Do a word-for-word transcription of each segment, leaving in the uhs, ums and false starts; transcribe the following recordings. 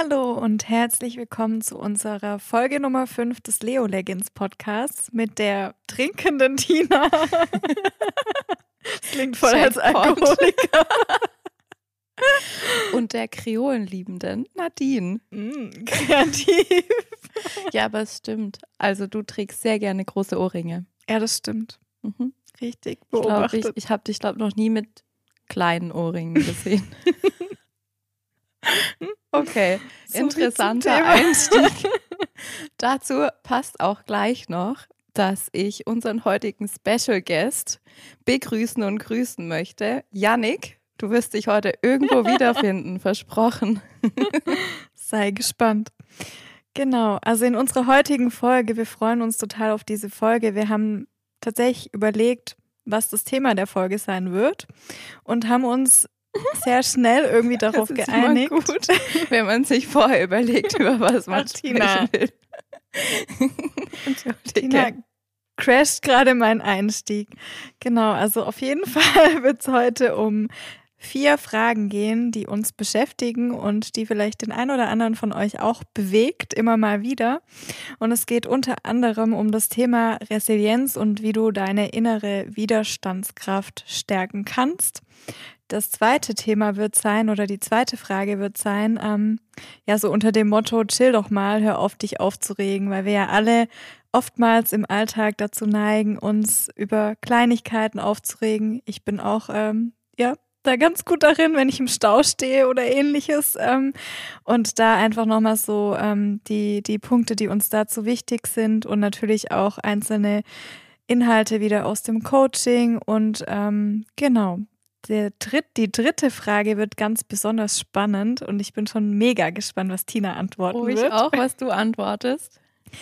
Hallo und herzlich willkommen zu unserer Folge Nummer fünf des Leo Leggins Podcasts mit der trinkenden Tina. Das klingt voll als Alkoholiker. Und der Kreolenliebenden Nadine. Mm, kreativ. Ja, aber es stimmt. Also du trägst sehr gerne große Ohrringe. Ja, das stimmt. Mhm. Richtig beobachtet. Ich, beobachtet. ich, ich habe dich, glaube ich, noch nie mit kleinen Ohrringen gesehen. Okay, So interessanter Einstieg. Dazu passt auch gleich noch, dass ich unseren heutigen Special Guest begrüßen und grüßen möchte. Yannick, du wirst dich heute irgendwo wiederfinden, versprochen. Sei gespannt. Genau, also in unserer heutigen Folge, wir freuen uns total auf diese Folge. Wir haben tatsächlich überlegt, was das Thema der Folge sein wird und haben uns sehr schnell irgendwie darauf das ist geeinigt. Immer gut, wenn man sich vorher überlegt, über was man Tina. sprechen will. Tina crasht gerade meinen Einstieg. Genau, also auf jeden Fall wird es heute um vier Fragen gehen, die uns beschäftigen und die vielleicht den einen oder anderen von euch auch bewegt, immer mal wieder. Und es geht unter anderem um das Thema Resilienz und wie du deine innere Widerstandskraft stärken kannst. Das zweite Thema wird sein, oder die zweite Frage wird sein, ähm, ja, so unter dem Motto, chill doch mal, hör auf, dich aufzuregen, weil wir ja alle oftmals im Alltag dazu neigen, uns über Kleinigkeiten aufzuregen. Ich bin auch, ähm, ja, da ganz gut darin, wenn ich im Stau stehe oder ähnliches. Ähm, und da einfach nochmal so ähm, die, die Punkte, die uns dazu wichtig sind und natürlich auch einzelne Inhalte wieder aus dem Coaching und ähm, genau. Der dritt, die dritte Frage wird ganz besonders spannend und ich bin schon mega gespannt, was Tina antworten oh, ich wird. auch, was du antwortest.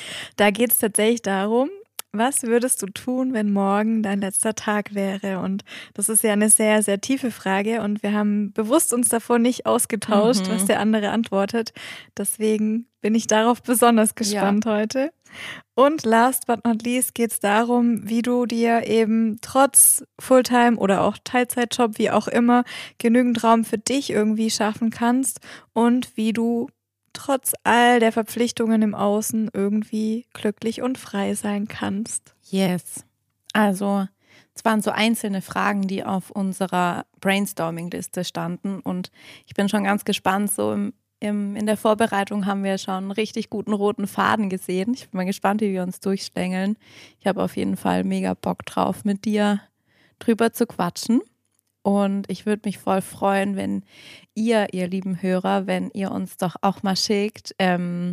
Da geht es tatsächlich darum, was würdest du tun, wenn morgen dein letzter Tag wäre? Und das ist ja eine sehr, sehr tiefe Frage und wir haben bewusst uns davor nicht ausgetauscht, mhm. was der andere antwortet. Deswegen bin ich darauf besonders gespannt ja. heute. Und last but not least geht es darum, wie du dir eben trotz Fulltime oder auch Teilzeitjob, wie auch immer, genügend Raum für dich irgendwie schaffen kannst und wie du trotz all der Verpflichtungen im Außen irgendwie glücklich und frei sein kannst. Yes. Also es waren so einzelne Fragen, die auf unserer Brainstorming-Liste standen und ich bin schon ganz gespannt, so im Im, in der Vorbereitung haben wir schon einen richtig guten roten Faden gesehen. Ich bin mal gespannt, wie wir uns durchschlängeln. Ich habe auf jeden Fall mega Bock drauf, mit dir drüber zu quatschen. Und ich würde mich voll freuen, wenn ihr, ihr lieben Hörer, wenn ihr uns doch auch mal schickt, ähm,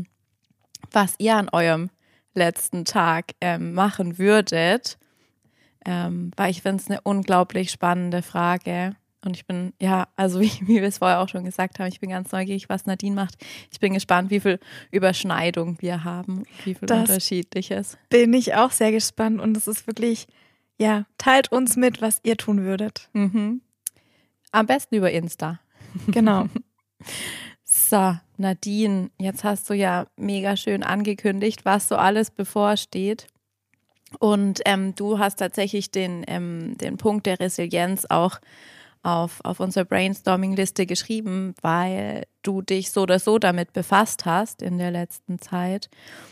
was ihr an eurem letzten Tag ähm, machen würdet. Ähm, weil ich finde es eine unglaublich spannende Frage. Und ich bin, ja, also wie, wie wir es vorher auch schon gesagt haben, ich bin ganz neugierig, was Nadine macht. Ich bin gespannt, wie viel Überschneidung wir haben, wie viel das Unterschiedliches. Bin ich auch sehr gespannt und es ist wirklich, ja, teilt uns mit, was ihr tun würdet. Mhm. Am besten über Insta. Genau. So, Nadine, jetzt hast du ja mega schön angekündigt, was so alles bevorsteht. Und ähm, du hast tatsächlich den, ähm, den Punkt der Resilienz auch auf, auf unserer Brainstorming-Liste geschrieben, weil du dich so oder so damit befasst hast in der letzten Zeit.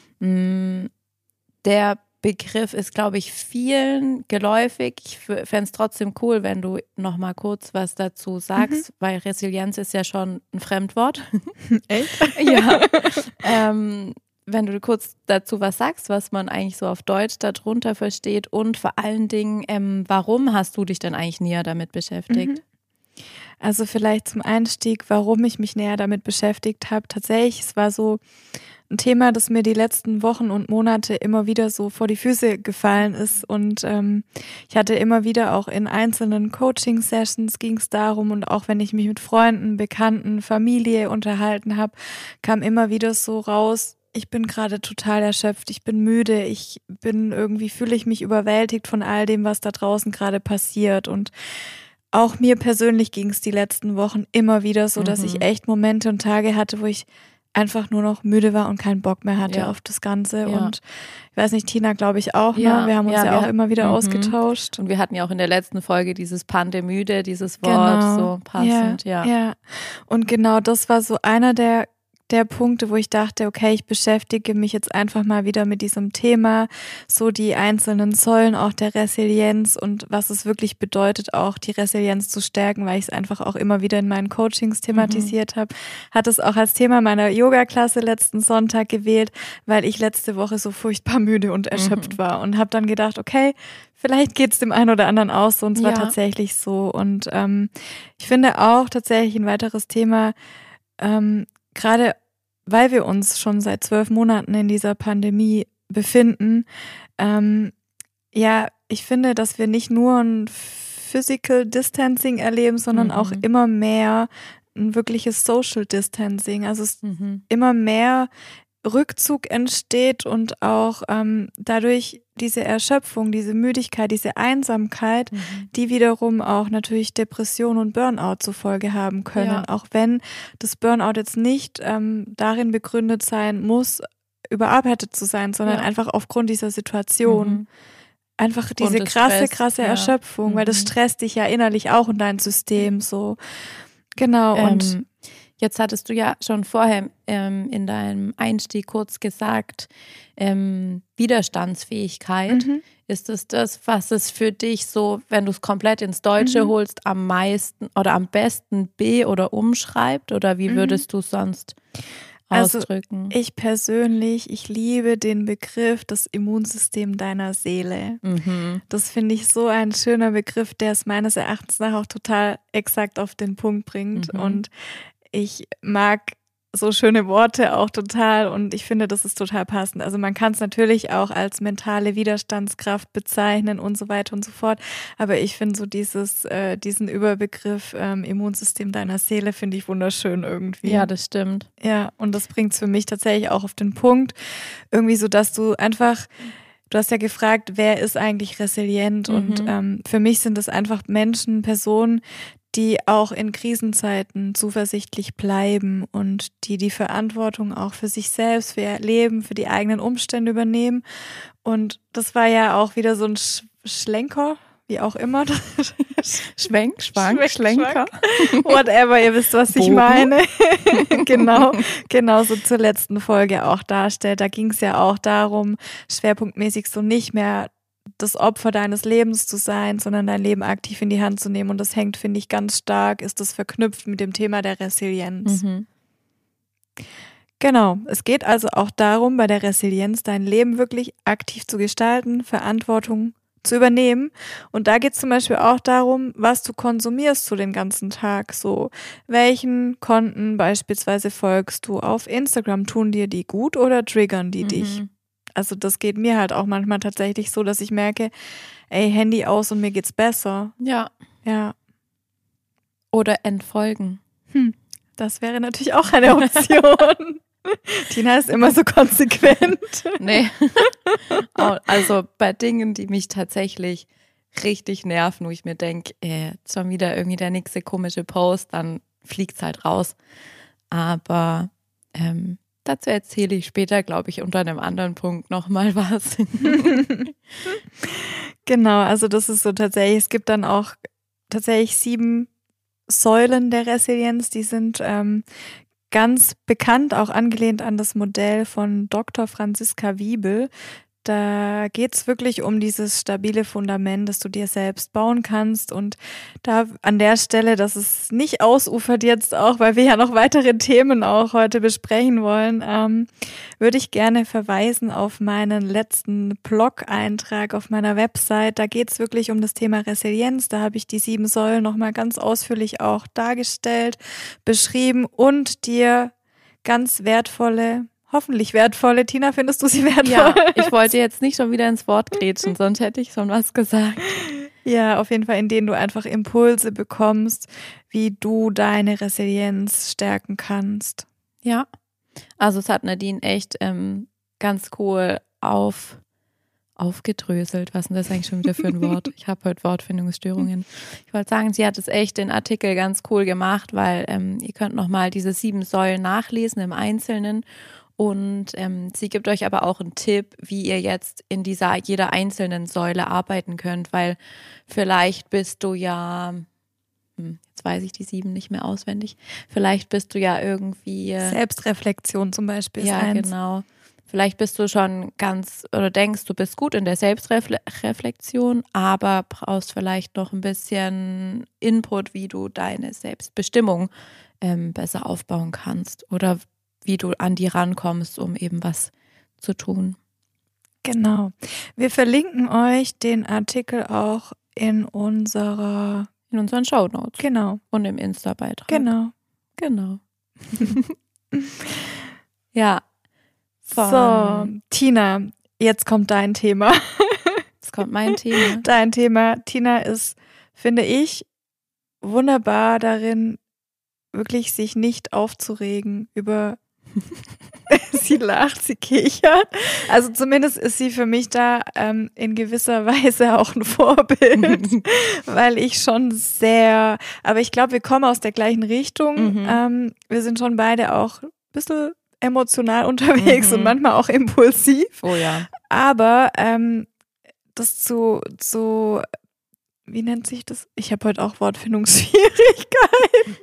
Der Begriff ist, glaube ich, vielen geläufig. Ich fände es trotzdem cool, wenn du noch mal kurz was dazu sagst, mhm. weil Resilienz ist ja schon ein Fremdwort. Echt? Ja. ähm, wenn du kurz dazu was sagst, was man eigentlich so auf Deutsch darunter versteht und vor allen Dingen, ähm, warum hast du dich denn eigentlich näher damit beschäftigt? Also vielleicht zum Einstieg, warum ich mich näher damit beschäftigt habe. Tatsächlich, es war so ein Thema, das mir die letzten Wochen und Monate immer wieder so vor die Füße gefallen ist und ähm, ich hatte immer wieder auch in einzelnen Coaching-Sessions ging es darum und auch wenn ich mich mit Freunden, Bekannten, Familie unterhalten habe, kam immer wieder so raus, ich bin gerade total erschöpft, ich bin müde, ich bin irgendwie, fühle ich mich überwältigt von all dem, was da draußen gerade passiert und auch mir persönlich ging es die letzten Wochen immer wieder so, dass mhm. ich echt Momente und Tage hatte, wo ich einfach nur noch müde war und keinen Bock mehr hatte ja. auf das Ganze. Ja. Und ich weiß nicht, Tina, glaube ich auch, ja. ne? Wir haben uns ja, ja auch hat, immer wieder mhm. ausgetauscht. Und wir hatten ja auch in der letzten Folge dieses Pandemüde, dieses Wort genau. so passend. Ja. ja, ja. Und genau das war so einer der der Punkte, wo ich dachte, okay, ich beschäftige mich jetzt einfach mal wieder mit diesem Thema, so die einzelnen Säulen auch der Resilienz und was es wirklich bedeutet, auch die Resilienz zu stärken, weil ich es einfach auch immer wieder in meinen Coachings thematisiert mhm. habe. Hat es auch als Thema meiner Yoga-Klasse letzten Sonntag gewählt, weil ich letzte Woche so furchtbar müde und erschöpft mhm. war und habe dann gedacht, okay, vielleicht geht es dem einen oder anderen aus so, und zwar ja. tatsächlich so. Und ähm, ich finde auch tatsächlich ein weiteres Thema, ähm, gerade weil wir uns schon seit zwölf Monaten in dieser Pandemie befinden, ähm, ja, ich finde, dass wir nicht nur ein Physical Distancing erleben, sondern mhm. auch immer mehr ein wirkliches Social Distancing. Also es mhm. immer mehr Rückzug entsteht und auch ähm, dadurch diese Erschöpfung, diese Müdigkeit, diese Einsamkeit, mhm. die wiederum auch natürlich Depression und Burnout zur Folge haben können. Ja. Auch wenn das Burnout jetzt nicht ähm, darin begründet sein muss, überarbeitet zu sein, sondern ja. einfach aufgrund dieser Situation. Mhm. Einfach diese krasse, Stress, krasse ja. Erschöpfung, mhm. weil das stresst dich ja innerlich auch in dein System so. Genau, ähm, und jetzt hattest du ja schon vorher ähm, in deinem Einstieg kurz gesagt, ähm, Widerstandsfähigkeit. Mhm. Ist es das, was es für dich so, wenn du es komplett ins Deutsche mhm. holst, am meisten oder am besten be- oder umschreibt? Oder wie würdest mhm. du sonst ausdrücken? Also ich persönlich, ich liebe den Begriff das Immunsystem deiner Seele. Mhm. Das finde ich so ein schöner Begriff, der es meines Erachtens nach auch total exakt auf den Punkt bringt. Mhm. Und ich mag so schöne Worte auch total und ich finde, das ist total passend. Also man kann es natürlich auch als mentale Widerstandskraft bezeichnen und so weiter und so fort, aber ich finde so dieses, äh, diesen Überbegriff ähm, Immunsystem deiner Seele finde ich wunderschön irgendwie. Ja, das stimmt. Ja, und das bringt es für mich tatsächlich auch auf den Punkt, irgendwie so, dass du einfach, du hast ja gefragt, wer ist eigentlich resilient mhm. und ähm, für mich sind es einfach Menschen, Personen, die auch in Krisenzeiten zuversichtlich bleiben und die die Verantwortung auch für sich selbst, für ihr Leben, für die eigenen Umstände übernehmen. Und das war ja auch wieder so ein Sch- Schlenker, wie auch immer. Schwenk, Schwank, Schlenker. Whatever, ihr wisst, was Bogen. Ich meine. Genau, genauso zur letzten Folge auch darstellt. Da ging es ja auch darum, schwerpunktmäßig so nicht mehr das Opfer deines Lebens zu sein, sondern dein Leben aktiv in die Hand zu nehmen. Und das hängt, finde ich, ganz stark, ist das verknüpft mit dem Thema der Resilienz. Mhm. Genau, es geht also auch darum, bei der Resilienz dein Leben wirklich aktiv zu gestalten, Verantwortung zu übernehmen. Und da geht es zum Beispiel auch darum, was du konsumierst so den ganzen Tag. So, welchen Konten beispielsweise folgst du auf Instagram? Tun dir die gut oder triggern die mhm. dich? Also das geht mir halt auch manchmal tatsächlich so, dass ich merke, ey, Handy aus und mir geht's besser. Ja. Ja. Oder entfolgen. Hm. Das wäre natürlich auch eine Option. Tina ist immer so konsequent. Nee. Also bei Dingen, die mich tatsächlich richtig nerven, wo ich mir denke, äh, schon wieder irgendwie der nächste komische Post, dann fliegt's halt raus. Aber ähm, dazu erzähle ich später, glaube ich, unter einem anderen Punkt nochmal was. Genau, also das ist so tatsächlich, es gibt dann auch tatsächlich sieben Säulen der Resilienz, die sind ähm, ganz bekannt, auch angelehnt an das Modell von Doktor Franziska Wiebel. Da geht's wirklich um dieses stabile Fundament, das du dir selbst bauen kannst. Und da an der Stelle, dass es nicht ausufert jetzt auch, weil wir ja noch weitere Themen auch heute besprechen wollen, ähm, würde ich gerne verweisen auf meinen letzten Blog-Eintrag auf meiner Website. Da geht's wirklich um das Thema Resilienz. Da habe ich die sieben Säulen nochmal ganz ausführlich auch dargestellt, beschrieben und dir ganz wertvolle Hoffentlich wertvolle. Tina, findest du sie wertvoll? Ja, ich wollte jetzt nicht schon wieder ins Wort grätschen, sonst hätte ich schon was gesagt. Ja, auf jeden Fall, in denen du einfach Impulse bekommst, wie du deine Resilienz stärken kannst. Ja, also es hat Nadine echt ähm, ganz cool auf, aufgedröselt. Was ist denn das eigentlich schon wieder für ein Wort? Ich habe heute Wortfindungsstörungen. Ich wollte sagen, sie hat es echt den Artikel ganz cool gemacht, weil ähm, ihr könnt nochmal diese sieben Säulen nachlesen im Einzelnen. Und ähm, sie gibt euch aber auch einen Tipp, wie ihr jetzt in dieser jeder einzelnen Säule arbeiten könnt, weil vielleicht bist du ja hm, jetzt weiß ich die sieben nicht mehr auswendig. Vielleicht bist du ja irgendwie. Äh, Selbstreflexion zum Beispiel ist ja, eins. genau. Vielleicht bist du schon ganz oder denkst, du bist gut in der Selbstreflexion, aber brauchst vielleicht noch ein bisschen Input, wie du deine Selbstbestimmung ähm, besser aufbauen kannst oder wie du an die rankommst, um eben was zu tun. Genau. Wir verlinken euch den Artikel auch in unserer In unseren Shownotes. Genau. Und im Insta-Beitrag. Genau. Genau. Ja. So, Von- Tina, jetzt kommt dein Thema. Jetzt kommt mein Thema. Dein Thema. Tina ist, finde ich, wunderbar darin, wirklich sich nicht aufzuregen über sie lacht, sie kichert. Also zumindest ist sie für mich da ähm, in gewisser Weise auch ein Vorbild, weil ich schon sehr, aber ich glaube, wir kommen aus der gleichen Richtung. Mhm. Ähm, wir sind schon beide auch ein bisschen emotional unterwegs Mhm. und manchmal auch impulsiv. Oh ja. Aber ähm, das zu, zu, wie nennt sich das? Ich habe heute auch Wortfindungsschwierigkeiten.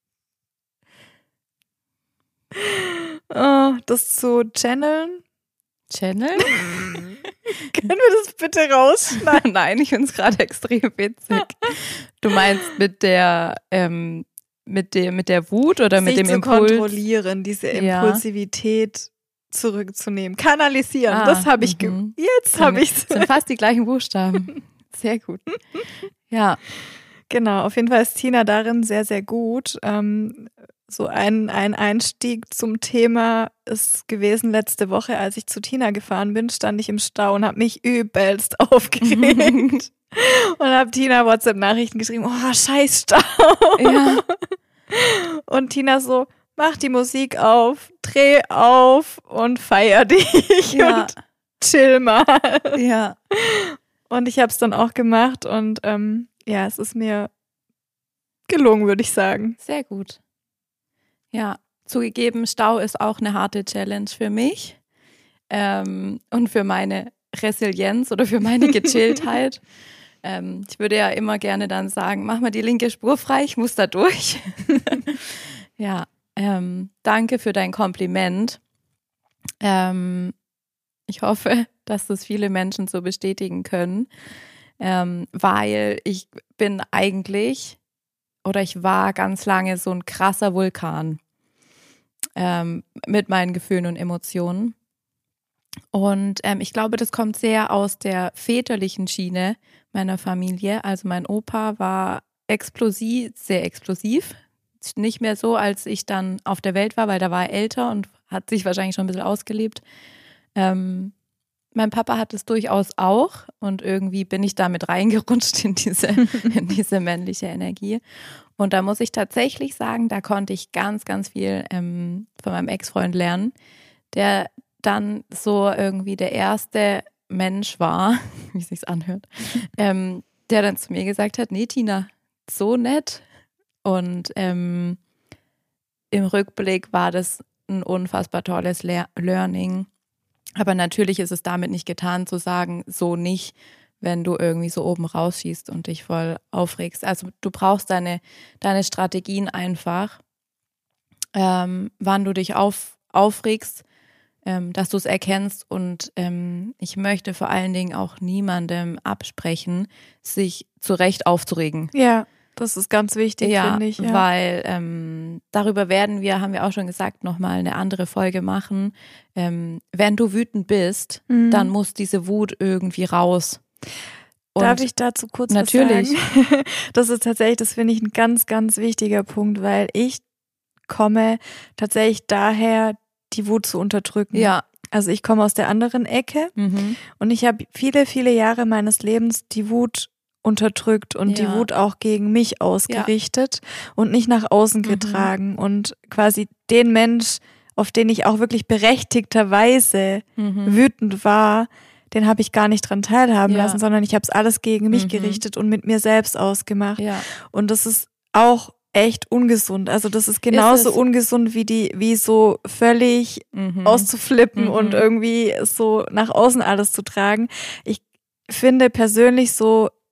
Oh, das zu channeln. Channel? Können wir das bitte rausschneiden? Nein, ich finde es gerade extrem witzig. Du meinst mit der, ähm, mit der, mit der Wut oder mit Sich dem zu Impuls? kontrollieren, diese Ja. Impulsivität zurückzunehmen. Kanalisieren, Ah, das habe ich ge- mhm. Jetzt habe ich Das sind fast die gleichen Buchstaben. Sehr gut. Ja. Genau, auf jeden Fall ist Tina darin sehr, sehr gut. Ähm, so ein, ein Einstieg zum Thema ist gewesen letzte Woche, als ich zu Tina gefahren bin, stand ich im Stau und habe mich übelst aufgeregt. Und habe Tina WhatsApp-Nachrichten geschrieben, oh, scheiß Stau. Ja. Und Tina so, mach die Musik auf, dreh auf und feier dich Ja. und chill mal. Ja. Und ich habe es dann auch gemacht und ähm, ja, es ist mir gelungen, würde ich sagen. Sehr gut. Ja, zugegeben, Stau ist auch eine harte Challenge für mich ähm, und für meine Resilienz oder für meine Gechilltheit. ähm, ich würde ja immer gerne dann sagen, mach mal die linke Spur frei, ich muss da durch. Ja, ähm, danke für dein Kompliment. Ähm, ich hoffe, dass das viele Menschen so bestätigen können, ähm, weil ich bin eigentlich oder ich war ganz lange so ein krasser Vulkan ähm, mit meinen Gefühlen und Emotionen. Und ähm, ich glaube, das kommt sehr aus der väterlichen Schiene meiner Familie. Also mein Opa war explosiv, sehr explosiv. Nicht mehr so, als ich dann auf der Welt war, weil da war er älter und hat sich wahrscheinlich schon ein bisschen ausgelebt. Ähm, mein Papa hat es durchaus auch und irgendwie bin ich damit reingerutscht in diese, in diese männliche Energie. Und da muss ich tatsächlich sagen, da konnte ich ganz, ganz viel ähm, von meinem Ex-Freund lernen, der dann so irgendwie der erste Mensch war, wie es sich anhört, ähm, der dann zu mir gesagt hat, nee Tina, so nett. Und ähm, im Rückblick war das ein unfassbar tolles Le- Learning. Aber natürlich ist es damit nicht getan zu sagen, so nicht, wenn du irgendwie so oben rausschießt und dich voll aufregst. Also du brauchst deine, deine Strategien einfach, ähm, wann du dich auf, aufregst, ähm, dass du es erkennst. Und ähm, ich möchte vor allen Dingen auch niemandem absprechen, sich zu Recht aufzuregen. Ja, das ist ganz wichtig, Ja, finde ich. Ja, weil ähm, darüber werden wir, haben wir auch schon gesagt, nochmal eine andere Folge machen. Ähm, wenn du wütend bist, Mhm. dann muss diese Wut irgendwie raus. Und Darf ich dazu kurz natürlich. was sagen? Das ist tatsächlich, das finde ich ein ganz, ganz wichtiger Punkt, weil ich komme tatsächlich daher, die Wut zu unterdrücken. Ja. Also ich komme aus der anderen Ecke Mhm. und ich habe viele, viele Jahre meines Lebens die Wut unterdrückt und Ja. die Wut auch gegen mich ausgerichtet und nicht nach außen Mhm. getragen und quasi den Mensch, auf den ich auch wirklich berechtigterweise Mhm. wütend war, den habe ich gar nicht dran teilhaben Ja. lassen, sondern ich habe es alles gegen mich Mhm. gerichtet und mit mir selbst ausgemacht. Ja. Und das ist auch echt ungesund. Also das ist genauso Ist es. ungesund wie die, wie so völlig Mhm. auszuflippen Mhm. und irgendwie so nach außen alles zu tragen. Ich finde persönlich so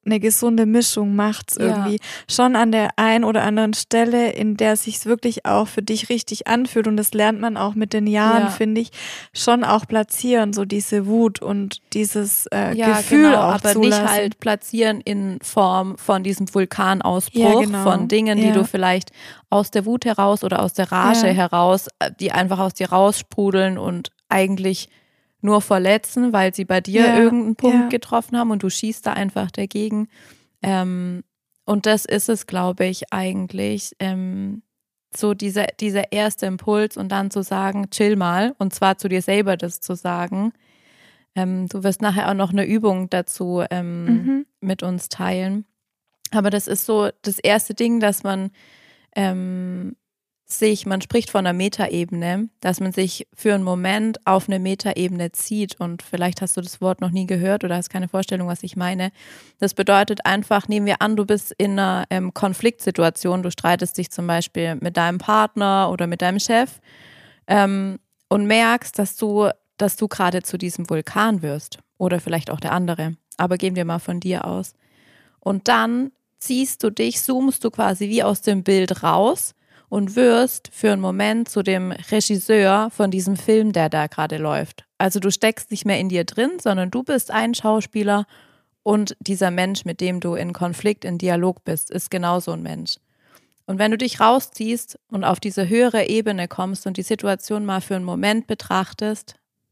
eine gesunde Mischung macht's irgendwie. Ja. Schon an der einen oder anderen Stelle, in der es sich wirklich auch für dich richtig anfühlt, und das lernt man auch mit den Jahren, ja. finde ich, schon auch platzieren, so diese Wut und dieses äh, ja, Gefühl genau, auch aber zulassen. Nicht halt platzieren in Form von diesem Vulkanausbruch, ja, genau. von Dingen, die du vielleicht aus der Wut heraus oder aus der Rage heraus, die einfach aus dir raussprudeln und eigentlich nur verletzen, weil sie bei dir ja, irgendeinen Punkt ja. getroffen haben und du schießt da einfach dagegen. Ähm, und das ist es, glaube ich, eigentlich, ähm, so dieser, dieser erste Impuls und dann zu sagen, chill mal, und zwar zu dir selber das zu sagen. Ähm, du wirst nachher auch noch eine Übung dazu ähm, mhm. mit uns teilen. Aber das ist so das erste Ding, dass man ähm, sich, man spricht von einer Metaebene, dass man sich für einen Moment auf eine Metaebene zieht, und vielleicht hast du das Wort noch nie gehört oder hast keine Vorstellung, was ich meine. Das bedeutet einfach, nehmen wir an, du bist in einer ähm, Konfliktsituation, du streitest dich zum Beispiel mit deinem Partner oder mit deinem Chef ähm, und merkst, dass du, dass du gerade zu diesem Vulkan wirst oder vielleicht auch der andere, aber gehen wir mal von dir aus. Und dann ziehst du dich, zoomst du quasi wie aus dem Bild raus und wirst für einen Moment zu dem Regisseur von diesem Film, der da gerade läuft. Also du steckst nicht mehr in dir drin, sondern du bist ein Schauspieler, und dieser Mensch, mit dem du in Konflikt, in Dialog bist, ist genauso ein Mensch. Und wenn du dich rausziehst und auf diese höhere Ebene kommst und die Situation mal für einen Moment betrachtest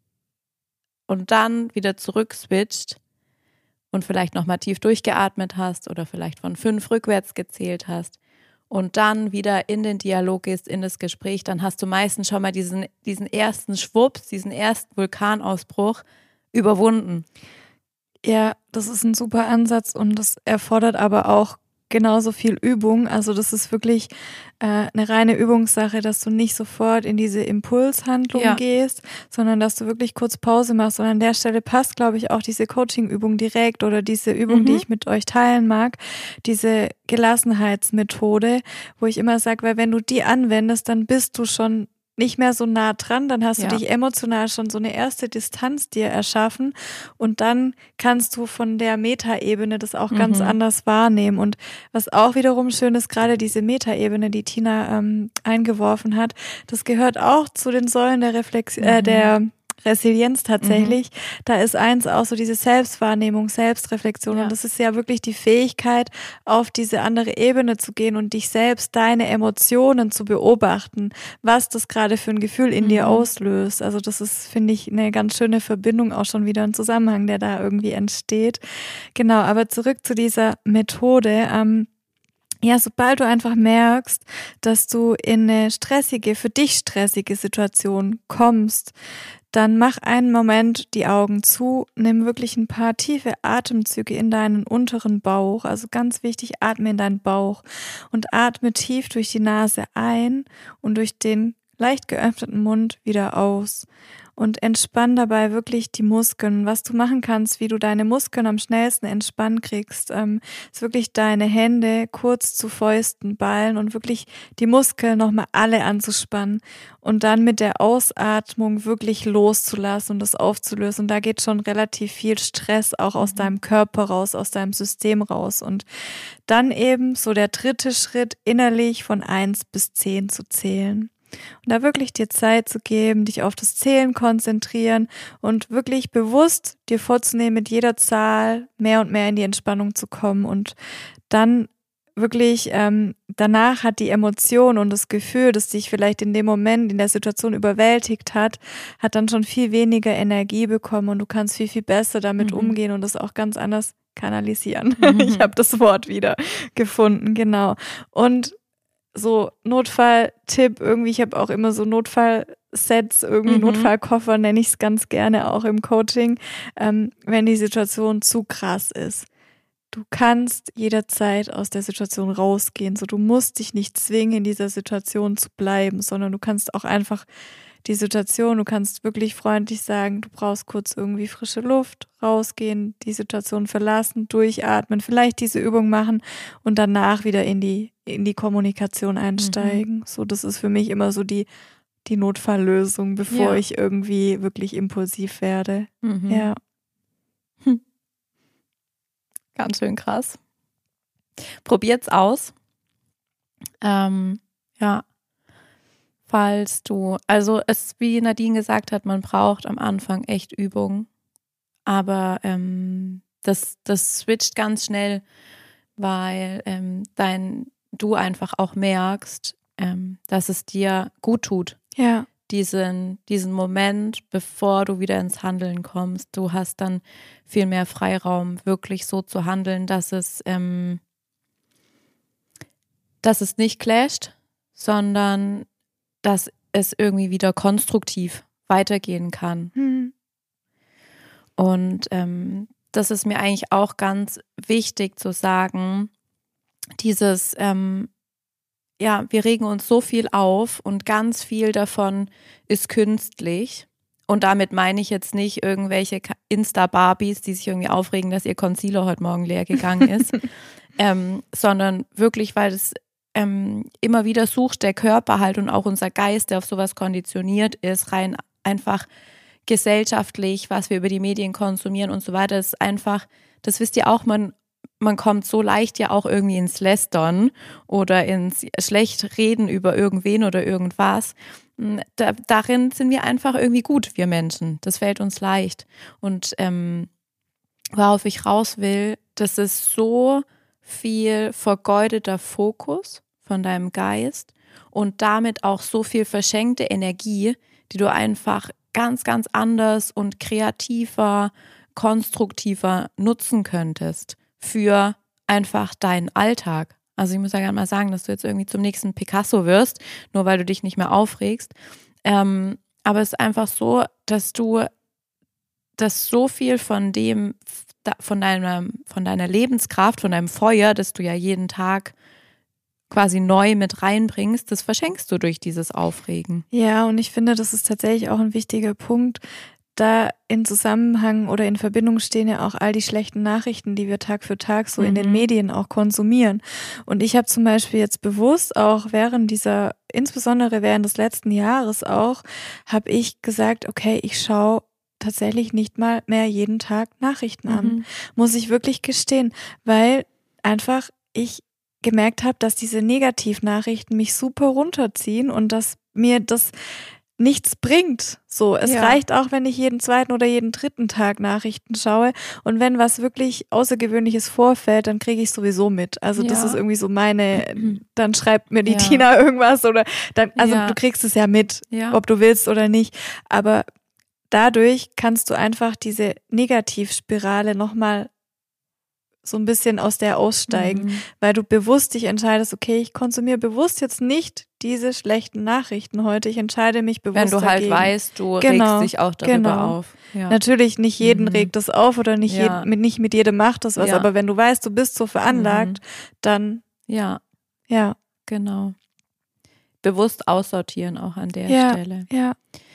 und dann wieder zurückswitcht und vielleicht nochmal tief durchgeatmet hast oder vielleicht von fünf rückwärts gezählt hast, und dann wieder in den Dialog gehst, in das Gespräch, dann hast du meistens schon mal diesen, diesen ersten Schwupps, diesen ersten Vulkanausbruch überwunden. Ja, das ist ein super Ansatz, und das erfordert aber auch genauso viel Übung. Also das ist wirklich äh, eine reine Übungssache, dass du nicht sofort in diese Impulshandlung ja. gehst, sondern dass du wirklich kurz Pause machst. Und an der Stelle passt, glaube ich, auch diese Coaching-Übung direkt, oder diese Übung, mhm. die ich mit euch teilen mag, diese Gelassenheitsmethode, wo ich immer sage, weil wenn du die anwendest, dann bist du schon nicht mehr so nah dran, dann hast ja. du dich emotional schon so eine erste Distanz dir erschaffen, und dann kannst du von der Metaebene das auch mhm. ganz anders wahrnehmen. Und was auch wiederum schön ist, gerade diese Metaebene, die Tina ähm, eingeworfen hat, das gehört auch zu den Säulen der Reflexion, äh, der Resilienz tatsächlich. Mhm. Da ist eins auch so diese Selbstwahrnehmung, Selbstreflexion. Ja. Und das ist ja wirklich die Fähigkeit, auf diese andere Ebene zu gehen und dich selbst, deine Emotionen zu beobachten, was das gerade für ein Gefühl in mhm. dir auslöst. Also das ist, finde ich, eine ganz schöne Verbindung, auch schon wieder ein Zusammenhang, der da irgendwie entsteht. Genau, aber zurück zu dieser Methode. Ähm, Ja, sobald du einfach merkst, dass du in eine stressige, für dich stressige Situation kommst, dann mach einen Moment die Augen zu, nimm wirklich ein paar tiefe Atemzüge in deinen unteren Bauch, also ganz wichtig, atme in deinen Bauch und atme tief durch die Nase ein und durch den leicht geöffneten Mund wieder aus. Und entspann dabei wirklich die Muskeln. Was du machen kannst, wie du deine Muskeln am schnellsten entspannt kriegst, ähm, ist wirklich deine Hände kurz zu Fäusten ballen und wirklich die Muskeln nochmal alle anzuspannen und dann mit der Ausatmung wirklich loszulassen und das aufzulösen. Und da geht schon relativ viel Stress auch aus deinem Körper raus, aus deinem System raus. Und dann eben so der dritte Schritt, innerlich von eins bis zehn zu zählen. Und da wirklich dir Zeit zu geben, dich auf das Zählen konzentrieren und wirklich bewusst dir vorzunehmen, mit jeder Zahl mehr und mehr in die Entspannung zu kommen. Und dann wirklich ähm, danach hat die Emotion und das Gefühl, das dich vielleicht in dem Moment in der Situation überwältigt hat, hat dann schon viel weniger Energie bekommen, und du kannst viel, viel besser damit mhm. umgehen und das auch ganz anders kanalisieren. Mhm. Ich habe das Wort wieder gefunden, genau. Und so Notfalltipp irgendwie, ich habe auch immer so Notfallsets, irgendwie mhm. Notfallkoffer nenne ich es ganz gerne auch im Coaching, ähm, wenn die Situation zu krass ist. Du kannst jederzeit aus der Situation rausgehen, so du musst dich nicht zwingen, in dieser Situation zu bleiben, sondern du kannst auch einfach die Situation, du kannst wirklich freundlich sagen, du brauchst kurz irgendwie frische Luft, rausgehen, die Situation verlassen, durchatmen, vielleicht diese Übung machen und danach wieder in die in die Kommunikation einsteigen. Mhm. So, das ist für mich immer so die die Notfalllösung, bevor ja. ich irgendwie wirklich impulsiv werde. Mhm. Ja. Hm. Ganz schön krass. Probiert's aus. Ähm, ja. Falls du, also es, wie Nadine gesagt hat, man braucht am Anfang echt Übung. Aber ähm, das, das switcht ganz schnell, weil ähm, dein, du einfach auch merkst, ähm, dass es dir gut tut. Ja. Diesen, diesen Moment, bevor du wieder ins Handeln kommst. Du hast dann viel mehr Freiraum, wirklich so zu handeln, dass es, ähm, dass es nicht clasht, sondern dass es irgendwie wieder konstruktiv weitergehen kann. Mhm. Und ähm, das ist mir eigentlich auch ganz wichtig zu sagen, dieses, ähm, ja, wir regen uns so viel auf und ganz viel davon ist künstlich. Und damit meine ich jetzt nicht irgendwelche Insta-Barbies, die sich irgendwie aufregen, dass ihr Concealer heute Morgen leer gegangen ist, ähm, sondern wirklich, weil es ähm, immer wieder sucht der Körper halt und auch unser Geist, der auf sowas konditioniert ist, rein einfach gesellschaftlich, was wir über die Medien konsumieren und so weiter, ist einfach, das wisst ihr auch, man man kommt so leicht ja auch irgendwie ins Lästern oder ins Schlechtreden über irgendwen oder irgendwas. Da, darin sind wir einfach irgendwie gut, wir Menschen. Das fällt uns leicht. Und ähm, worauf ich raus will, das ist so viel vergeudeter Fokus von deinem Geist und damit auch so viel verschenkte Energie, die du einfach ganz, ganz anders und kreativer, konstruktiver nutzen könntest für einfach deinen Alltag. Also ich muss ja gerne mal sagen, dass du jetzt irgendwie zum nächsten Picasso wirst, nur weil du dich nicht mehr aufregst. Ähm, aber es ist einfach so, dass du, dass so viel von dem, von deiner, von deiner Lebenskraft, von deinem Feuer, das du ja jeden Tag quasi neu mit reinbringst, das verschenkst du durch dieses Aufregen. Ja, und ich finde, das ist tatsächlich auch ein wichtiger Punkt. Da in Zusammenhang oder in Verbindung stehen ja auch all die schlechten Nachrichten, die wir Tag für Tag so mhm. in den Medien auch konsumieren. Und ich habe zum Beispiel jetzt bewusst auch während dieser, insbesondere während des letzten Jahres auch, habe ich gesagt, okay, ich schaue tatsächlich nicht mal mehr jeden Tag Nachrichten an. Mhm. Muss ich wirklich gestehen, weil einfach ich gemerkt habe, dass diese Negativnachrichten mich super runterziehen und dass mir das nichts bringt. So, es ja. reicht auch, wenn ich jeden zweiten oder jeden dritten Tag Nachrichten schaue. Und wenn was wirklich Außergewöhnliches vorfällt, dann kriege ich sowieso mit. Also ja. das ist irgendwie so meine, dann schreibt mir die ja. Tina irgendwas oder dann, also ja. du kriegst es ja mit, ja. ob du willst oder nicht. Aber dadurch kannst du einfach diese Negativspirale nochmal so ein bisschen aus der aussteigen, mhm. weil du bewusst dich entscheidest, okay, ich konsumiere bewusst jetzt nicht diese schlechten Nachrichten heute, ich entscheide mich bewusst Wenn du dagegen. halt weißt, du genau, regst dich auch darüber genau. auf. Ja. Natürlich, nicht jeden mhm. regt das auf oder nicht, ja. jeden, mit, nicht mit jedem macht das was, ja. aber wenn du weißt, du bist so veranlagt, mhm. dann ja, ja, genau. Bewusst aussortieren auch an der ja. Stelle. Ja.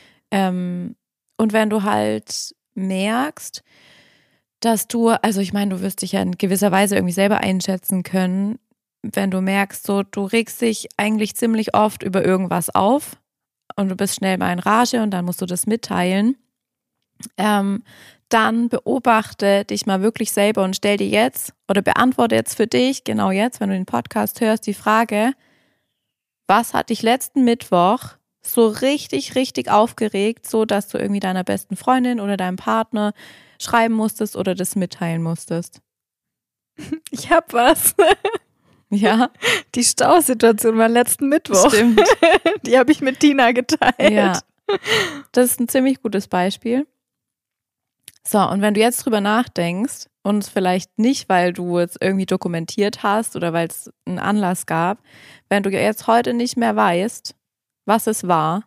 Ähm, und wenn du halt merkst, dass du, also ich meine, du wirst dich ja in gewisser Weise irgendwie selber einschätzen können, wenn du merkst, so du regst dich eigentlich ziemlich oft über irgendwas auf und du bist schnell mal in Rage und dann musst du das mitteilen, ähm, dann beobachte dich mal wirklich selber und stell dir jetzt oder beantworte jetzt für dich, genau jetzt, wenn du den Podcast hörst, die Frage, was hat dich letzten Mittwoch so richtig, richtig aufgeregt, so dass du irgendwie deiner besten Freundin oder deinem Partner schreiben musstest oder das mitteilen musstest? Ich hab was. Ja? Die Stausituation war letzten Mittwoch. Stimmt. Die habe ich mit Tina geteilt. Ja, das ist ein ziemlich gutes Beispiel. So, und wenn du jetzt drüber nachdenkst und vielleicht nicht, weil du es irgendwie dokumentiert hast oder weil es einen Anlass gab, wenn du jetzt heute nicht mehr weißt, was es war,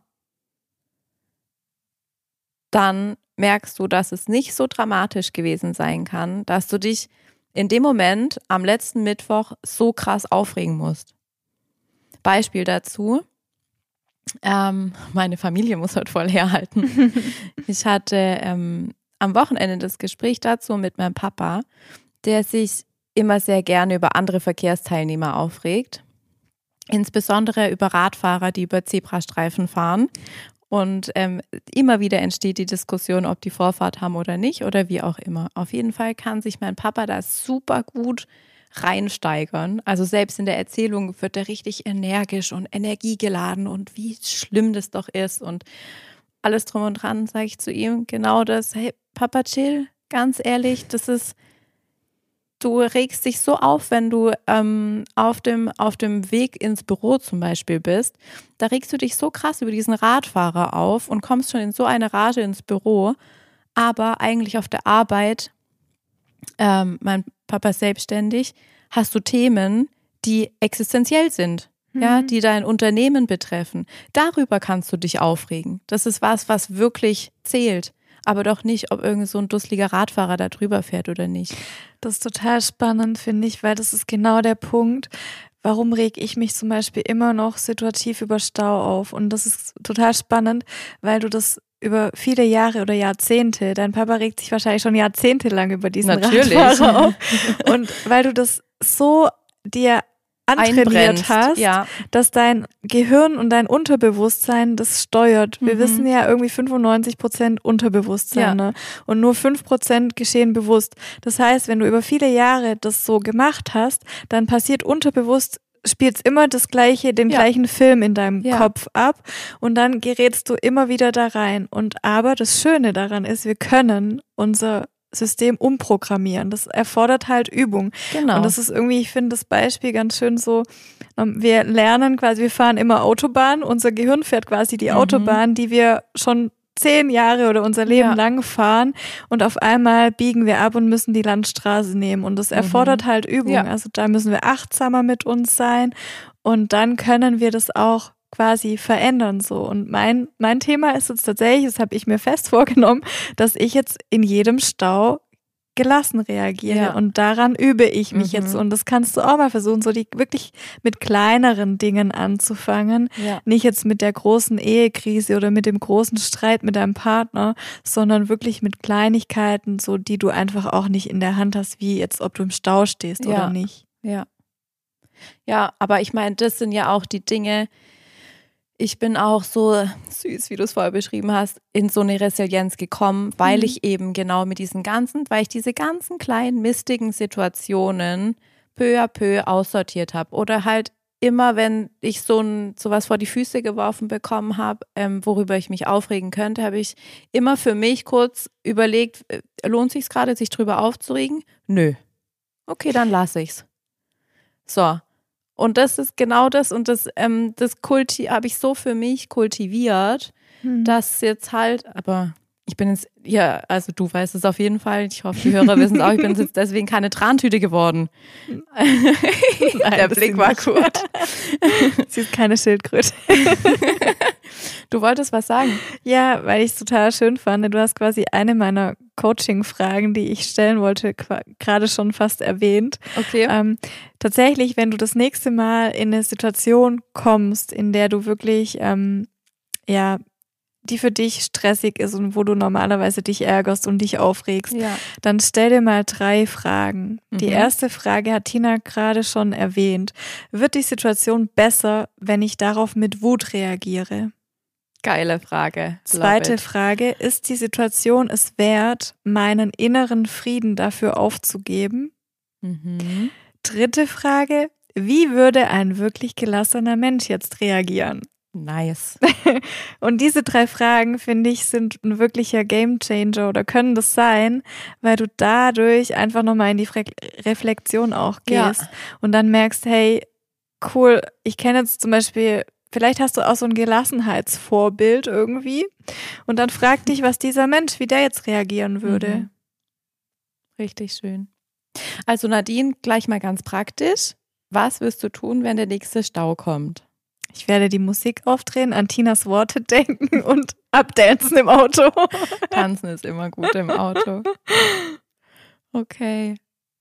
dann merkst du, dass es nicht so dramatisch gewesen sein kann, dass du dich in dem Moment am letzten Mittwoch so krass aufregen musst. Beispiel dazu, ähm, meine Familie muss heute voll herhalten. Ich hatte ähm, am Wochenende das Gespräch dazu mit meinem Papa, der sich immer sehr gerne über andere Verkehrsteilnehmer aufregt, insbesondere über Radfahrer, die über Zebrastreifen fahren. Und ähm, immer wieder entsteht die Diskussion, ob die Vorfahrt haben oder nicht oder wie auch immer. Auf jeden Fall kann sich mein Papa da super gut reinsteigern. Also selbst in der Erzählung wird er richtig energisch und energiegeladen und wie schlimm das doch ist und alles drum und dran, sage ich zu ihm genau das. Hey, Papa, chill, ganz ehrlich, das ist, du regst dich so auf, wenn du ähm, auf dem, auf dem Weg ins Büro zum Beispiel bist. Da regst du dich so krass über diesen Radfahrer auf und kommst schon in so eine Rage ins Büro. Aber eigentlich auf der Arbeit, ähm, mein Papa ist selbstständig, hast du Themen, die existenziell sind, mhm. ja, die dein Unternehmen betreffen. Darüber kannst du dich aufregen. Das ist was, was wirklich zählt. Aber doch nicht, ob irgend so ein dusseliger Radfahrer da drüber fährt oder nicht. Das ist total spannend, finde ich, weil das ist genau der Punkt, warum reg ich mich zum Beispiel immer noch situativ über Stau auf. Und das ist total spannend, weil du das über viele Jahre oder Jahrzehnte, dein Papa regt sich wahrscheinlich schon jahrzehntelang über diesen Natürlich. Radfahrer auf. Und weil du das so dir antrainiert Einbrennst, hast, ja. dass dein Gehirn und dein Unterbewusstsein das steuert. Wir mhm. wissen ja irgendwie fünfundneunzig Prozent Unterbewusstsein, ja. ne? Und nur fünf Prozent geschehen bewusst. Das heißt, wenn du über viele Jahre das so gemacht hast, dann passiert unterbewusst, spielst immer das gleiche, den ja. gleichen Film in deinem ja. Kopf ab und dann gerätst du immer wieder da rein. Und aber das Schöne daran ist, wir können unser System umprogrammieren. Das erfordert halt Übung. Genau. Und das ist irgendwie, ich finde das Beispiel ganz schön so, wir lernen quasi, wir fahren immer Autobahn, unser Gehirn fährt quasi die mhm. Autobahn, die wir schon zehn Jahre oder unser Leben ja. lang fahren und auf einmal biegen wir ab und müssen die Landstraße nehmen und das erfordert mhm. halt Übung. Ja. Also da müssen wir achtsamer mit uns sein und dann können wir das auch quasi verändern so. Und mein mein Thema ist jetzt tatsächlich, das habe ich mir fest vorgenommen, dass ich jetzt in jedem Stau gelassen reagiere ja. und daran übe ich mich mhm. jetzt und das kannst du auch mal versuchen, so die wirklich mit kleineren Dingen anzufangen, ja. nicht jetzt mit der großen Ehekrise oder mit dem großen Streit mit deinem Partner, sondern wirklich mit Kleinigkeiten, so die du einfach auch nicht in der Hand hast, wie jetzt, ob du im Stau stehst ja. oder nicht. Ja, ja, aber ich meine, das sind ja auch die Dinge. Ich bin auch so süß, wie du es vorher beschrieben hast, in so eine Resilienz gekommen, weil mhm. ich eben genau mit diesen ganzen, weil ich diese ganzen kleinen mistigen Situationen peu à peu aussortiert habe. Oder halt immer, wenn ich so ein sowas vor die Füße geworfen bekommen habe, ähm, worüber ich mich aufregen könnte, habe ich immer für mich kurz überlegt, äh, lohnt sich es gerade, sich drüber aufzuregen? Nö. Okay, dann lasse ich's. So. Und das ist genau das und das, ähm, das kulti- habe ich so für mich kultiviert, hm. dass jetzt halt, aber ich bin jetzt, ja, also du weißt es auf jeden Fall, ich hoffe, die Hörer wissen es auch, ich bin jetzt deswegen keine Trantüte geworden. Nein, der Blick war gut. Sie ist keine Schildkröte. Du wolltest was sagen? Ja, weil ich es total schön fand. Du hast quasi eine meiner Coaching-Fragen, die ich stellen wollte, gerade schon fast erwähnt. Okay. Ähm, tatsächlich, wenn du das nächste Mal in eine Situation kommst, in der du wirklich, ähm, ja, die für dich stressig ist und wo du normalerweise dich ärgerst und dich aufregst, ja. dann stell dir mal drei Fragen. Mhm. Die erste Frage hat Tina gerade schon erwähnt. Wird die Situation besser, wenn ich darauf mit Wut reagiere? Geile Frage. Zweite Frage, ist die Situation es wert, meinen inneren Frieden dafür aufzugeben? Mhm. Dritte Frage, wie würde ein wirklich gelassener Mensch jetzt reagieren? Nice. Und diese drei Fragen, finde ich, sind ein wirklicher Gamechanger oder können das sein, weil du dadurch einfach nochmal in die Fre- Reflexion auch gehst ja. und dann merkst, hey, cool, ich kenne jetzt zum Beispiel, vielleicht hast du auch so ein Gelassenheitsvorbild irgendwie und dann frag dich, was dieser Mensch, wie der jetzt reagieren würde. Mhm. Richtig schön. Also Nadine, gleich mal ganz praktisch. Was wirst du tun, wenn der nächste Stau kommt? Ich werde die Musik aufdrehen, an Tinas Worte denken und abdancen im Auto. Tanzen ist immer gut im Auto. Okay.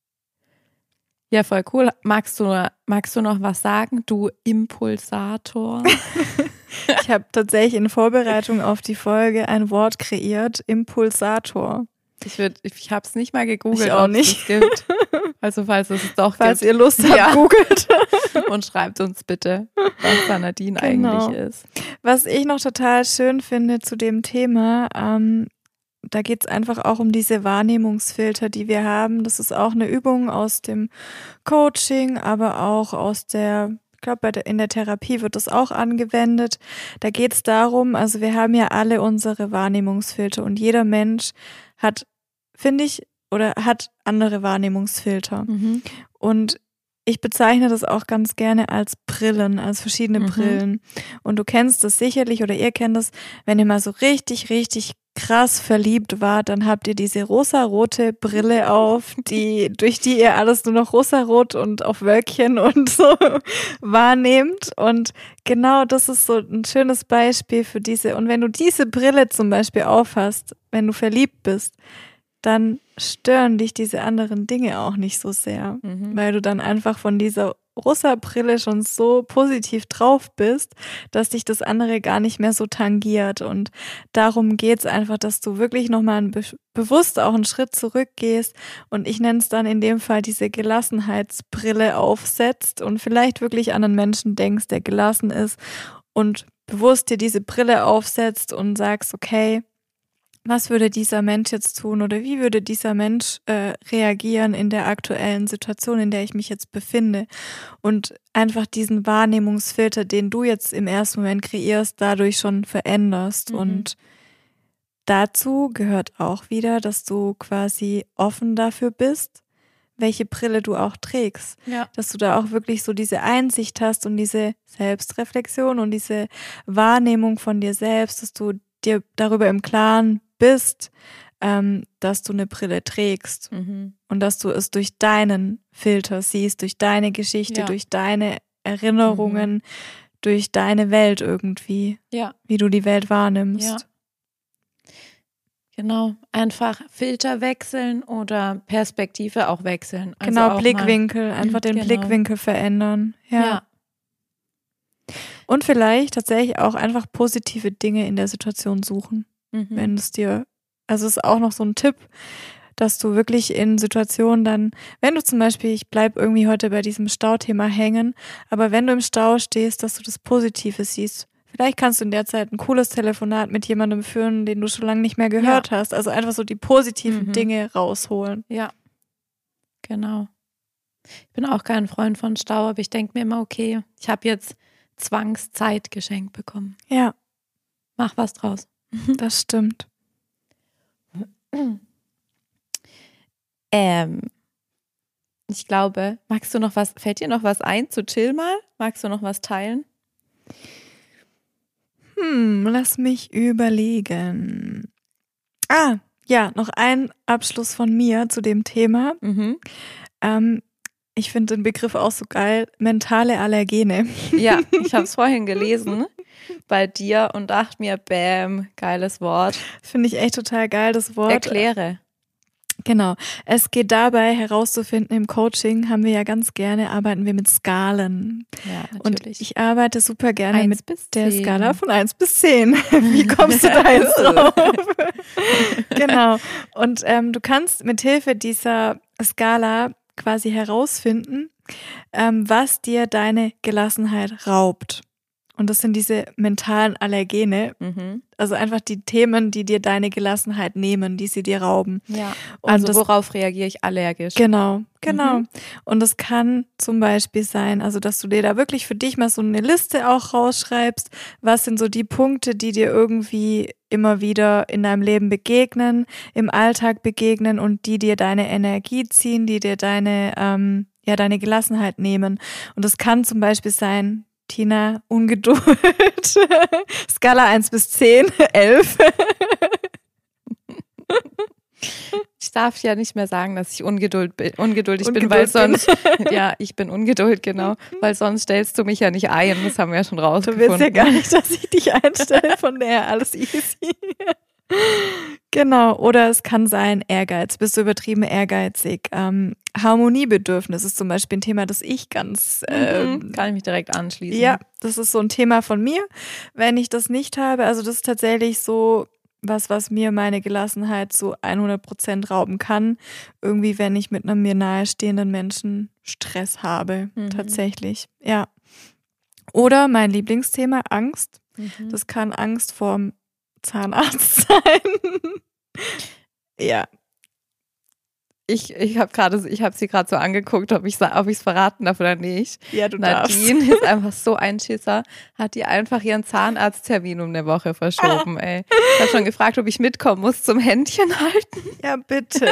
Ja, voll cool. Magst du, magst du noch was sagen, du Impulsator? Ich habe tatsächlich in Vorbereitung auf die Folge ein Wort kreiert, Impulsator. Ich, würd, ich habe es nicht mal gegoogelt, ich auch ob nicht. es gibt. Also falls es es doch falls gibt. Falls ihr Lust habt, ja. googelt. Und schreibt uns bitte, was da Nadine Genau. eigentlich ist. Was ich noch total schön finde zu dem Thema, ähm, da geht es einfach auch um diese Wahrnehmungsfilter, die wir haben. Das ist auch eine Übung aus dem Coaching, aber auch aus der, ich glaube, in der Therapie wird das auch angewendet. Da geht es darum, also wir haben ja alle unsere Wahrnehmungsfilter und jeder Mensch hat, finde ich, oder hat andere Wahrnehmungsfilter. Mhm. Und ich bezeichne das auch ganz gerne als Brillen, als verschiedene Mhm. Brillen. Und du kennst das sicherlich oder ihr kennt das, wenn ihr mal so richtig, richtig krass verliebt wart, dann habt ihr diese rosarote Brille auf, die, durch die ihr alles nur noch rosarot und auf Wölkchen und so wahrnehmt. Und genau das ist so ein schönes Beispiel für diese. Und wenn du diese Brille zum Beispiel aufhast, wenn du verliebt bist, dann stören dich diese anderen Dinge auch nicht so sehr, Mhm. weil du dann einfach von dieser rosa Brille schon so positiv drauf bist, dass dich das andere gar nicht mehr so tangiert. Und darum geht's einfach, dass du wirklich nochmal be- bewusst auch einen Schritt zurückgehst und ich nenne es dann in dem Fall diese Gelassenheitsbrille aufsetzt und vielleicht wirklich an einen Menschen denkst, der gelassen ist und bewusst dir diese Brille aufsetzt und sagst, okay, was würde dieser Mensch jetzt tun oder wie würde dieser Mensch äh, reagieren in der aktuellen Situation, in der ich mich jetzt befinde und einfach diesen Wahrnehmungsfilter, den du jetzt im ersten Moment kreierst, dadurch schon veränderst. Mhm. Und dazu gehört auch wieder, dass du quasi offen dafür bist, welche Brille du auch trägst. Ja. Dass du da auch wirklich so diese Einsicht hast und diese Selbstreflexion und diese Wahrnehmung von dir selbst, dass du dir darüber im Klaren bist, ähm, dass du eine Brille trägst Mhm. und dass du es durch deinen Filter siehst, durch deine Geschichte, Ja. durch deine Erinnerungen, durch deine Welt irgendwie, Ja, wie du die Welt wahrnimmst. ja. Genau. Einfach Filter wechseln oder Perspektive auch wechseln. Also Genau, auch Blickwinkel, einfach den Genau. Blickwinkel verändern. Mal, Ja. ja. Und vielleicht tatsächlich auch einfach positive Dinge in der Situation suchen. Mhm. Wenn es dir, also ist auch noch so ein Tipp, dass du wirklich in Situationen dann, wenn du zum Beispiel, ich bleib irgendwie heute bei diesem Stauthema hängen, aber wenn du im Stau stehst, dass du das Positive siehst. Vielleicht kannst du in der Zeit ein cooles Telefonat mit jemandem führen, den du schon lange nicht mehr gehört hast. Also einfach so die positiven Mhm. Dinge rausholen. Ja, genau. Ich bin auch kein Freund von Stau, aber ich denke mir immer, okay, ich habe jetzt Zwangszeit geschenkt bekommen. Ja, Mach was draus. das stimmt. Ähm, ich glaube, magst du noch was, fällt dir noch was ein zu Chill mal? Magst du noch was teilen? Hm, lass mich überlegen. Ah, ja, noch ein Abschluss von mir zu dem Thema. Mhm. Ähm, ich finde den Begriff auch so geil, mentale Allergene. Ja, ich habe es vorhin gelesen bei dir und dachte mir, bam, geiles Wort. Finde ich echt total geil, das Wort. Erkläre. Genau. Es geht dabei herauszufinden, im Coaching haben wir ja ganz gerne, arbeiten wir mit Skalen. Ja, Und natürlich. ich arbeite super gerne Eins mit bis der zehn. Skala von eins bis zehn. Wie kommst du da jetzt drauf? Genau. Und ähm, du kannst mit Hilfe dieser Skala quasi herausfinden, ähm, was dir deine Gelassenheit raubt. Und das sind diese mentalen Allergene, Mhm. also einfach die Themen, die dir deine Gelassenheit nehmen, die sie dir rauben. Ja, Und also das- worauf reagiere ich allergisch? Genau, genau. Mhm. Und das kann zum Beispiel sein, also dass du dir da wirklich für dich mal so eine Liste auch rausschreibst, was sind so die Punkte, die dir irgendwie immer wieder in deinem Leben begegnen, im Alltag begegnen und die dir deine Energie ziehen, die dir deine, ähm, ja, deine Gelassenheit nehmen. Und das kann zum Beispiel sein, Tina, Ungeduld, Skala eins bis zehn, elf. Ich darf ja nicht mehr sagen, dass ich ungeduld bin, ungeduldig bin, Ungeduld weil bin. sonst, ja, ich bin ungeduld, genau, weil sonst stellst du mich ja nicht ein, das haben wir ja schon Du rausgefunden. willst ja gar nicht, dass ich dich einstelle, von daher alles easy. Genau, oder es kann sein Ehrgeiz, bist du übertrieben ehrgeizig. Ähm, Harmoniebedürfnis ist zum Beispiel ein Thema, das ich ganz, ähm, Mhm. Kann ich mich direkt anschließen. ja, das ist so ein Thema von mir. Wenn ich das nicht habe, also das ist tatsächlich so, was, was mir meine Gelassenheit zu hundert Prozent rauben kann. Irgendwie, wenn ich mit einem mir nahestehenden Menschen Stress habe. Mhm. Tatsächlich, ja. Oder mein Lieblingsthema, Angst. Mhm. Das kann Angst vorm Zahnarzt sein. Ja. Ich, ich habe gerade, ich habe sie gerade so angeguckt, ob ich ob ich es verraten darf oder nicht. Ja, du Nadine darfst. ist einfach so ein Schisser, hat die einfach ihren Zahnarzttermin um eine Woche verschoben, ey. Ich habe schon gefragt, ob ich mitkommen muss zum Händchen halten. Ja, bitte.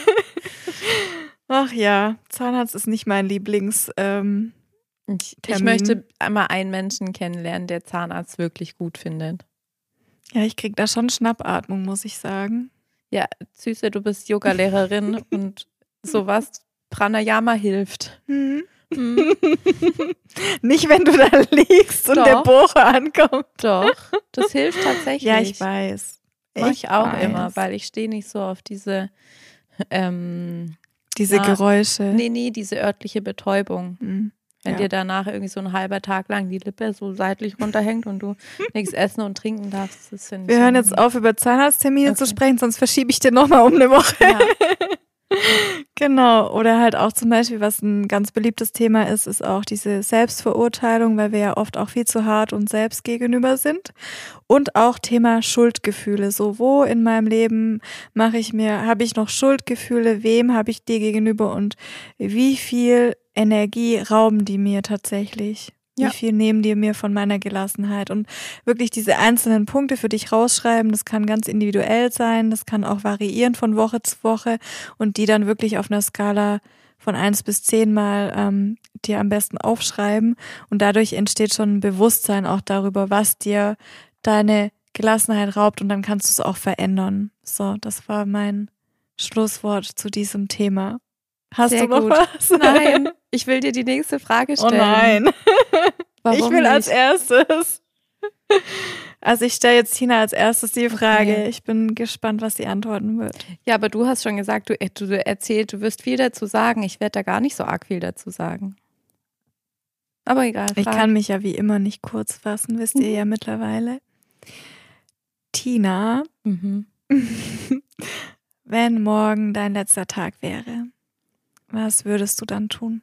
Ach ja, Zahnarzt ist nicht mein Lieblings ähm, ich, ich möchte einmal einen Menschen kennenlernen, der Zahnarzt wirklich gut findet. Ja, ich krieg da schon Schnappatmung, muss ich sagen. Ja, Süße, du bist Yoga-Lehrerin und sowas, Pranayama hilft. Hm. Hm. Nicht, wenn du da liegst und Doch. der Bohrer ankommt. Doch, das hilft tatsächlich. Ja, ich weiß. Mach ich auch weiß. immer, weil ich stehe nicht so auf diese ähm, diese na, Geräusche. Nee, nee, diese örtliche Betäubung. Hm. Wenn ja. dir danach irgendwie so ein halber Tag lang die Lippe so seitlich runterhängt und du nichts essen und trinken darfst, das finde ich. Wir hören jetzt auf, über Zahnarzttermine okay. zu sprechen, sonst verschiebe ich dir nochmal um eine Woche. Ja. Genau. Oder halt auch zum Beispiel, was ein ganz beliebtes Thema ist, ist auch diese Selbstverurteilung, weil wir ja oft auch viel zu hart uns selbst gegenüber sind. Und auch Thema Schuldgefühle. So, wo in meinem Leben mache ich mir, habe ich noch Schuldgefühle, wem habe ich die gegenüber und wie viel Energie rauben die mir tatsächlich? Ja. Wie viel nehmen die mir von meiner Gelassenheit? Und wirklich diese einzelnen Punkte für dich rausschreiben, das kann ganz individuell sein, das kann auch variieren von Woche zu Woche und die dann wirklich auf einer Skala von eins bis zehn mal ähm, dir am besten aufschreiben. Und dadurch entsteht schon ein Bewusstsein auch darüber, was dir deine Gelassenheit raubt und dann kannst du es auch verändern. So, das war mein Schlusswort zu diesem Thema. Hast Sehr du noch gut. was? Nein, ich will dir die nächste Frage stellen. Oh nein. Warum ich will nicht? als erstes. Also ich stelle jetzt Tina als erstes die Frage. Okay. Ich bin gespannt, was sie antworten wird. Ja, aber du hast schon gesagt, du, du erzählt, du wirst viel dazu sagen. Ich werde da gar nicht so arg viel dazu sagen. Aber egal. Frage. Ich kann mich ja wie immer nicht kurz fassen, wisst ihr mhm. ja mittlerweile. Tina, mhm. wenn morgen dein letzter Tag wäre, was würdest du dann tun?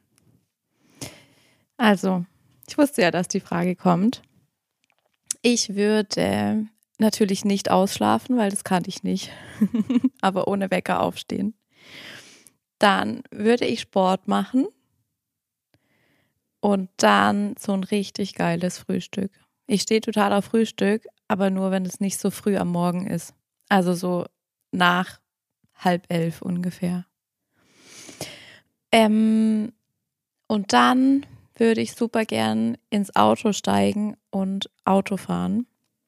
Also, ich wusste ja, dass die Frage kommt. Ich würde natürlich nicht ausschlafen, weil das kann ich nicht, aber ohne Wecker aufstehen. Dann würde ich Sport machen und dann so ein richtig geiles Frühstück. Ich stehe total auf Frühstück, aber nur, wenn es nicht so früh am Morgen ist. Also so nach halb elf ungefähr. Ähm, und dann würde ich super gern ins Auto steigen und Auto fahren.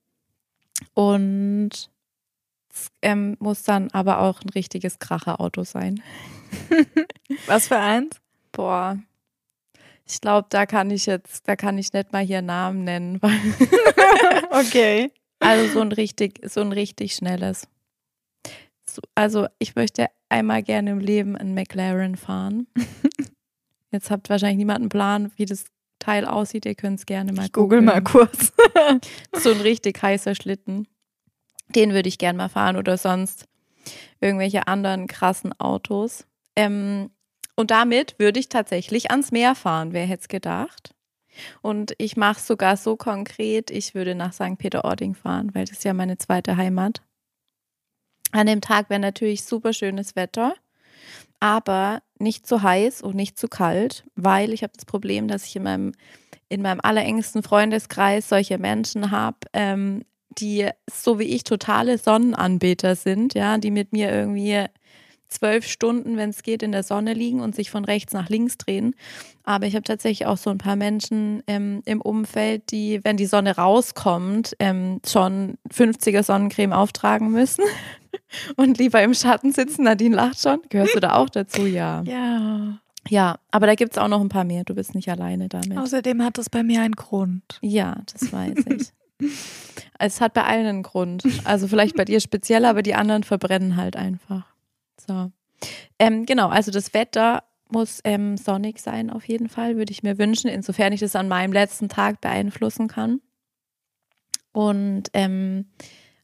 Und es ähm, muss dann aber auch ein richtiges Kracherauto sein. Was für eins? Boah, ich glaube, da kann ich jetzt, da kann ich nicht mal hier Namen nennen. Okay. Also so ein richtig, so ein richtig schnelles. So, also ich möchte einmal gerne im Leben einen McLaren fahren. Jetzt habt wahrscheinlich niemand einen Plan, wie das Teil aussieht. Ihr könnt es gerne mal google mal kurz. So ein richtig heißer Schlitten. Den würde ich gerne mal fahren oder sonst irgendwelche anderen krassen Autos. Ähm, und damit würde ich tatsächlich ans Meer fahren. Wer hätte es gedacht? Und ich mache es sogar so konkret, ich würde nach Sankt Peter-Ording fahren, weil das ist ja meine zweite Heimat. An dem Tag wäre natürlich super schönes Wetter. Aber nicht zu heiß und nicht zu kalt, weil ich habe das Problem, dass ich in meinem, in meinem allerengsten Freundeskreis solche Menschen habe, ähm, die so wie ich totale Sonnenanbeter sind, ja, die mit mir irgendwie zwölf Stunden, wenn es geht, in der Sonne liegen und sich von rechts nach links drehen. Aber ich habe tatsächlich auch so ein paar Menschen ähm, im Umfeld, die, wenn die Sonne rauskommt, ähm, schon fünfziger Sonnencreme auftragen müssen und lieber im Schatten sitzen. Nadine lacht schon. Gehörst du da auch dazu? Ja. Ja. Ja, aber da gibt es auch noch ein paar mehr. Du bist nicht alleine damit. Außerdem hat das bei mir einen Grund. Ja, das weiß ich. Es hat bei allen einen Grund. Also vielleicht bei dir speziell, aber die anderen verbrennen halt einfach. So. Ähm, genau, also das Wetter muss ähm, sonnig sein auf jeden Fall, würde ich mir wünschen, insofern ich das an meinem letzten Tag beeinflussen kann. Und ähm,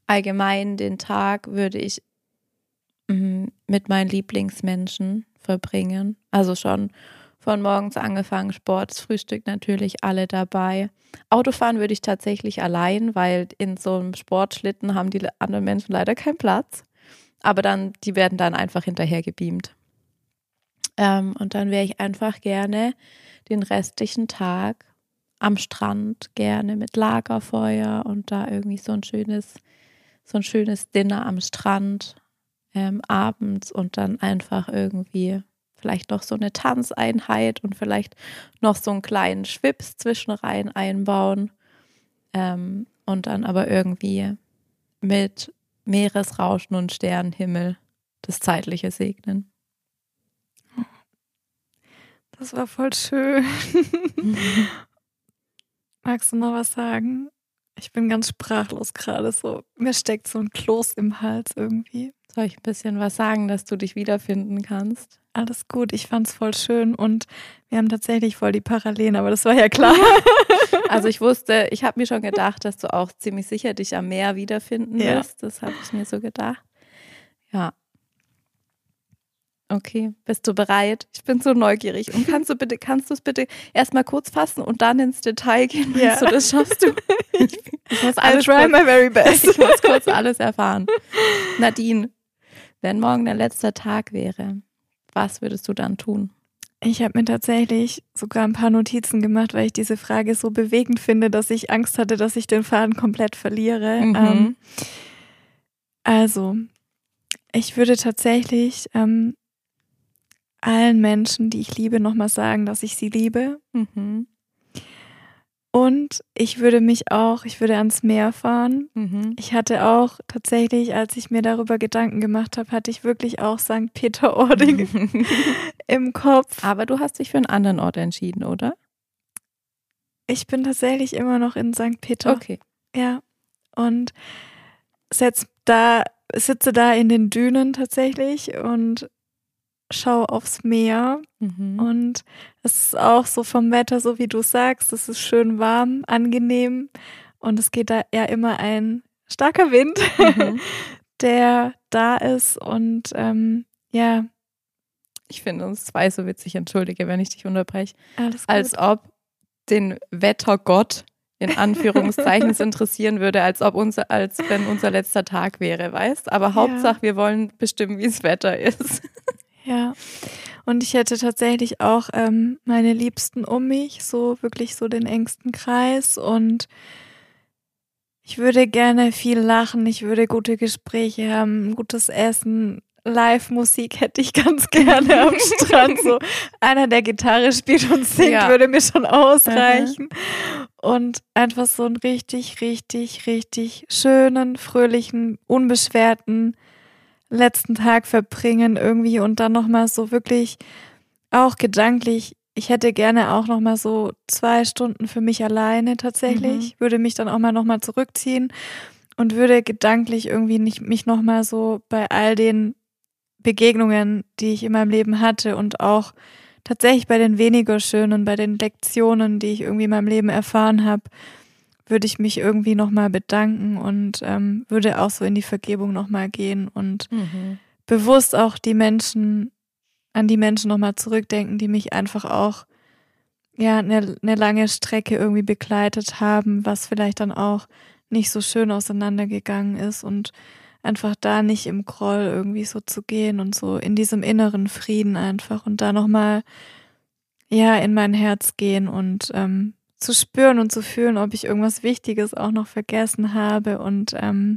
allgemein den Tag würde ich mm, mit meinen Lieblingsmenschen verbringen. Also schon von morgens angefangen, Sport, Frühstück natürlich alle dabei. Autofahren würde ich tatsächlich allein, weil in so einem Sportschlitten haben die anderen Menschen leider keinen Platz. Aber dann, die werden dann einfach hinterher gebeamt. Ähm, und dann wäre ich einfach gerne den restlichen Tag am Strand, gerne mit Lagerfeuer und da irgendwie so ein schönes, so ein schönes Dinner am Strand ähm, abends und dann einfach irgendwie vielleicht noch so eine Tanzeinheit und vielleicht noch so einen kleinen Schwips zwischenrein einbauen ähm, und dann aber irgendwie mit Meeresrauschen und Sternenhimmel das Zeitliche segnen. Das war voll schön. Magst du noch was sagen? Ich bin ganz sprachlos gerade so. Mir steckt so ein Kloß im Hals irgendwie. Soll ich ein bisschen was sagen, dass du dich wiederfinden kannst? Alles gut, ich fand's voll schön und wir haben tatsächlich voll die Parallelen, aber das war ja klar. Also ich wusste, ich habe mir schon gedacht, dass du auch ziemlich sicher dich am Meer wiederfinden Ja. wirst. Das habe ich mir so gedacht. Ja. Okay, bist du bereit? Ich bin so neugierig. Und kannst du bitte, kannst du es bitte erstmal kurz fassen und dann ins Detail gehen? Ja. So, das schaffst du. Ich, ich muss I alles try kurz, my very best. ich muss kurz alles erfahren. Nadine, wenn morgen der letzte Tag wäre, was würdest du dann tun? Ich habe mir tatsächlich sogar ein paar Notizen gemacht, weil ich diese Frage so bewegend finde, dass ich Angst hatte, dass ich den Faden komplett verliere. Mhm. Ähm, also, ich würde tatsächlich ähm, allen Menschen, die ich liebe, nochmal sagen, dass ich sie liebe. Mhm. Und ich würde mich auch, ich würde ans Meer fahren. Mhm. Ich hatte auch tatsächlich, als ich mir darüber Gedanken gemacht habe, hatte ich wirklich auch Sankt Peter-Ording im Kopf. Aber du hast dich für einen anderen Ort entschieden, oder? Ich bin tatsächlich immer noch in Sankt Peter. Okay. Ja. Und setz da, sitze da in den Dünen tatsächlich und schaue aufs Meer. Mhm. Und es ist auch so vom Wetter, so wie du sagst, es ist schön warm, angenehm. Und es geht da ja immer ein starker Wind, Mhm. der da ist. Und ähm, ja, Ich finde uns zwei so witzig, entschuldige, wenn ich dich unterbreche. alles gut. Als ob den Wettergott in Anführungszeichen es interessieren würde, als ob unser, als wenn unser letzter Tag wäre, weißt? Aber Ja. Hauptsache, wir wollen bestimmen, wie das Wetter ist. Ja, und ich hätte tatsächlich auch ähm, meine Liebsten um mich, so wirklich so den engsten Kreis und ich würde gerne viel lachen, ich würde gute Gespräche haben, gutes Essen, Live-Musik hätte ich ganz gerne am Strand, so einer, der Gitarre spielt und singt, Ja. würde mir schon ausreichen und einfach so einen richtig, richtig, richtig schönen, fröhlichen, unbeschwerten letzten Tag verbringen irgendwie und dann nochmal so wirklich auch gedanklich, ich hätte gerne auch nochmal so zwei Stunden für mich alleine tatsächlich, Mhm. würde mich dann auch mal nochmal zurückziehen und würde gedanklich irgendwie nicht mich nochmal so bei all den Begegnungen, die ich in meinem Leben hatte und auch tatsächlich bei den weniger schönen, bei den Lektionen, die ich irgendwie in meinem Leben erfahren habe, würde ich mich irgendwie nochmal bedanken und ähm, würde auch so in die Vergebung nochmal gehen und Mhm. bewusst auch die Menschen, an die Menschen nochmal zurückdenken, die mich einfach auch ja eine, eine lange Strecke irgendwie begleitet haben, was vielleicht dann auch nicht so schön auseinandergegangen ist und einfach da nicht im Groll irgendwie so zu gehen und so in diesem inneren Frieden einfach und da nochmal ja in mein Herz gehen und ähm, zu spüren und zu fühlen, ob ich irgendwas Wichtiges auch noch vergessen habe und ähm,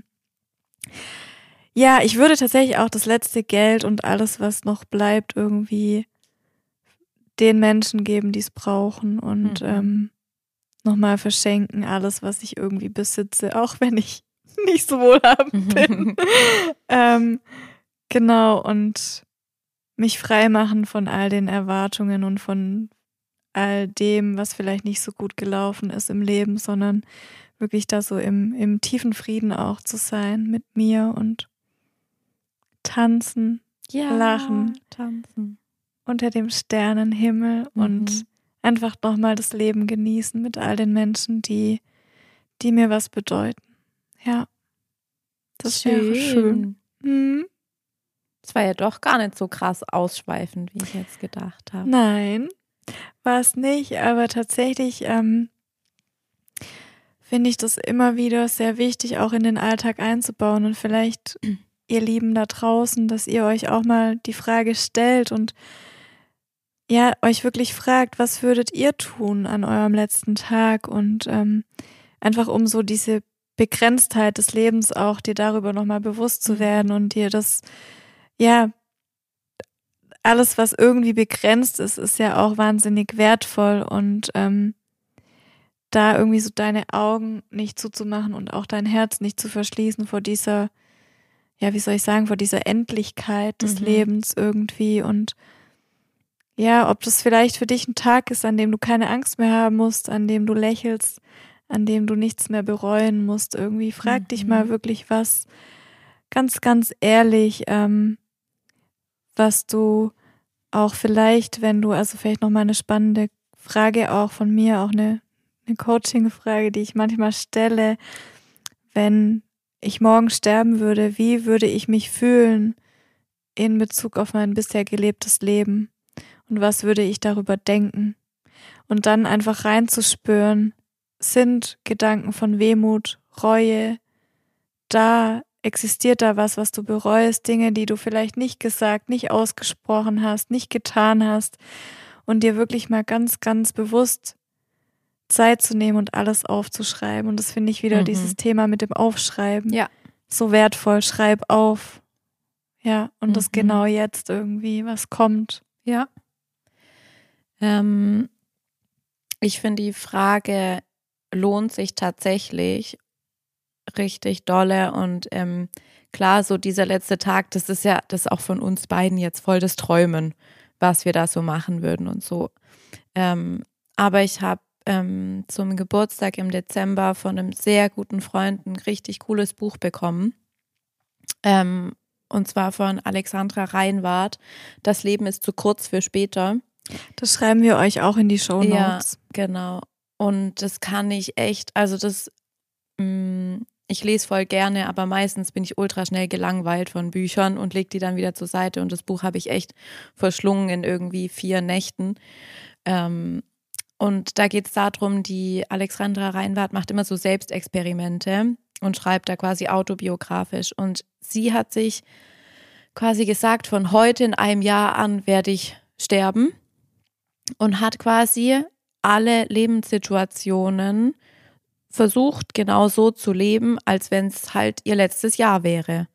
ja, ich würde tatsächlich auch das letzte Geld und alles, was noch bleibt, irgendwie den Menschen geben, die es brauchen und Mhm. ähm, nochmal verschenken, alles, was ich irgendwie besitze, auch wenn ich nicht so wohlhabend bin. ähm, genau, und mich frei machen von all den Erwartungen und von all dem, was vielleicht nicht so gut gelaufen ist im Leben, sondern wirklich da so im, im tiefen Frieden auch zu sein mit mir und tanzen Ja, Lachen. tanzen. unter dem Sternenhimmel Mhm. und einfach nochmal das Leben genießen mit all den Menschen, die, die mir was bedeuten. Ja. Das wäre schön. Mhm. Das war ja doch gar nicht so krass ausschweifend, wie ich jetzt gedacht habe. Nein, war es nicht, aber tatsächlich ähm, finde ich das immer wieder sehr wichtig, auch in den Alltag einzubauen und vielleicht, ihr Lieben da draußen, dass ihr euch auch mal die Frage stellt und ja, euch wirklich fragt, was würdet ihr tun an eurem letzten Tag und ähm, einfach um so diese Begrenztheit des Lebens auch dir darüber nochmal bewusst zu werden und dir das, ja, alles, was irgendwie begrenzt ist, ist ja auch wahnsinnig wertvoll und ähm, da irgendwie so deine Augen nicht zuzumachen und auch dein Herz nicht zu verschließen vor dieser, ja, wie soll ich sagen, vor dieser Endlichkeit des Mhm. Lebens irgendwie und ja, ob das vielleicht für dich ein Tag ist, an dem du keine Angst mehr haben musst, an dem du lächelst, an dem du nichts mehr bereuen musst. Irgendwie frag Mhm. dich mal wirklich was ganz, ganz ehrlich, ähm, was du auch vielleicht, wenn du, also vielleicht nochmal eine spannende Frage auch von mir, auch eine, eine Coaching-Frage, die ich manchmal stelle, wenn ich morgen sterben würde, wie würde ich mich fühlen in Bezug auf mein bisher gelebtes Leben? Und was würde ich darüber denken? Und dann einfach reinzuspüren, sind Gedanken von Wehmut, Reue, da existiert da was, was du bereust, Dinge, die du vielleicht nicht gesagt, nicht ausgesprochen hast, nicht getan hast und dir wirklich mal ganz, ganz bewusst Zeit zu nehmen und alles aufzuschreiben. Und das finde ich wieder Mhm. dieses Thema mit dem Aufschreiben. Ja. So wertvoll, schreib auf. Ja, und Mhm. das genau jetzt irgendwie, was kommt. Ja. Ähm, ich finde die Frage lohnt sich tatsächlich richtig dolle und ähm, klar, so dieser letzte Tag, das ist ja das ist auch von uns beiden jetzt voll das Träumen, was wir da so machen würden und so. Ähm, aber ich habe ähm, zum Geburtstag im Dezember von einem sehr guten Freund ein richtig cooles Buch bekommen. Ähm, und zwar von Alexandra Reinwarth. Das Leben ist zu kurz für später. Das schreiben wir euch auch in die Shownotes. Ja, genau. Und das kann ich echt, also das, mh, ich lese voll gerne, aber meistens bin ich ultra schnell gelangweilt von Büchern und lege die dann wieder zur Seite. Und das Buch habe ich echt verschlungen in irgendwie vier Nächten. Ähm, und da geht es darum, die Alexandra Reinwarth macht immer so Selbstexperimente und schreibt da quasi autobiografisch. Und sie hat sich quasi gesagt, von heute in einem Jahr an werde ich sterben und hat quasi alle Lebenssituationen versucht, genau so zu leben, als wenn es halt ihr letztes Jahr wäre.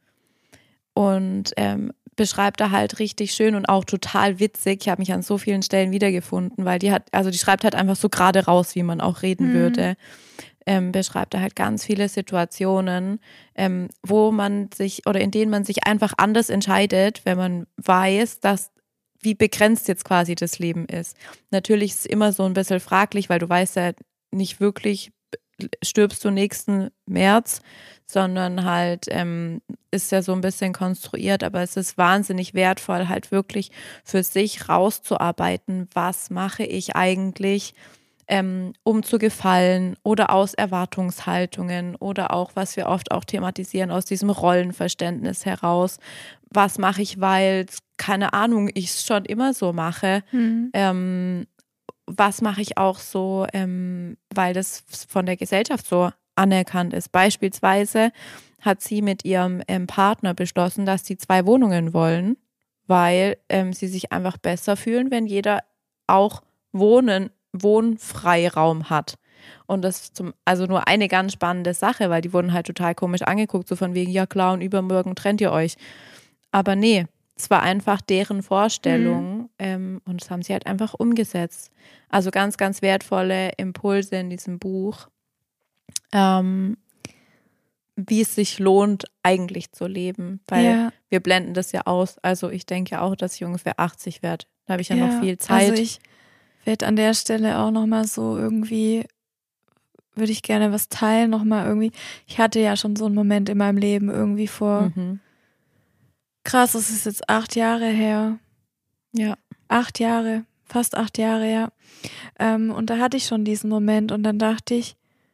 Und ähm, beschreibt da halt richtig schön und auch total witzig. Ich habe mich an so vielen Stellen wiedergefunden, weil die hat, also die schreibt halt einfach so gerade raus, wie man auch reden mhm. würde. Ähm, beschreibt da halt ganz viele Situationen, ähm, wo man sich oder in denen man sich einfach anders entscheidet, wenn man weiß, dass wie begrenzt jetzt quasi das Leben ist. Natürlich ist es immer so ein bisschen fraglich, weil du weißt ja nicht wirklich, stirbst du nächsten März, sondern halt ähm, ist ja so ein bisschen konstruiert, aber es ist wahnsinnig wertvoll, halt wirklich für sich rauszuarbeiten, was mache ich eigentlich, ähm, um zu gefallen oder aus Erwartungshaltungen oder auch, was wir oft auch thematisieren, aus diesem Rollenverständnis heraus. Was mache ich, weil, keine Ahnung, ich es schon immer so mache. Mhm. Ähm, was mache ich auch so, ähm, weil das von der Gesellschaft so anerkannt ist. Beispielsweise hat sie mit ihrem ähm, Partner beschlossen, dass sie zwei Wohnungen wollen, weil ähm, sie sich einfach besser fühlen, wenn jeder auch wohnen, Wohnfreiraum hat. Und das ist zum, also nur eine ganz spannende Sache, weil die wurden halt total komisch angeguckt, so von wegen, ja klar, und übermorgen trennt ihr euch. Aber nee, es war einfach deren Vorstellung mhm. ähm, und das haben sie halt einfach umgesetzt. Also ganz, ganz wertvolle Impulse in diesem Buch, ähm, wie es sich lohnt, eigentlich zu leben, weil ja. wir blenden das ja aus. Also ich denke auch, dass ich ungefähr achtzig werde. Da habe ich ja, ja noch viel Zeit. Also ich werde an der Stelle auch nochmal so irgendwie, würde ich gerne was teilen, nochmal irgendwie. Ich hatte ja schon so einen Moment in meinem Leben irgendwie vor, mhm. krass, das ist jetzt acht Jahre her. Ja. Acht Jahre, fast acht Jahre, ja. Ähm, und da hatte ich schon diesen Moment und dann dachte ich,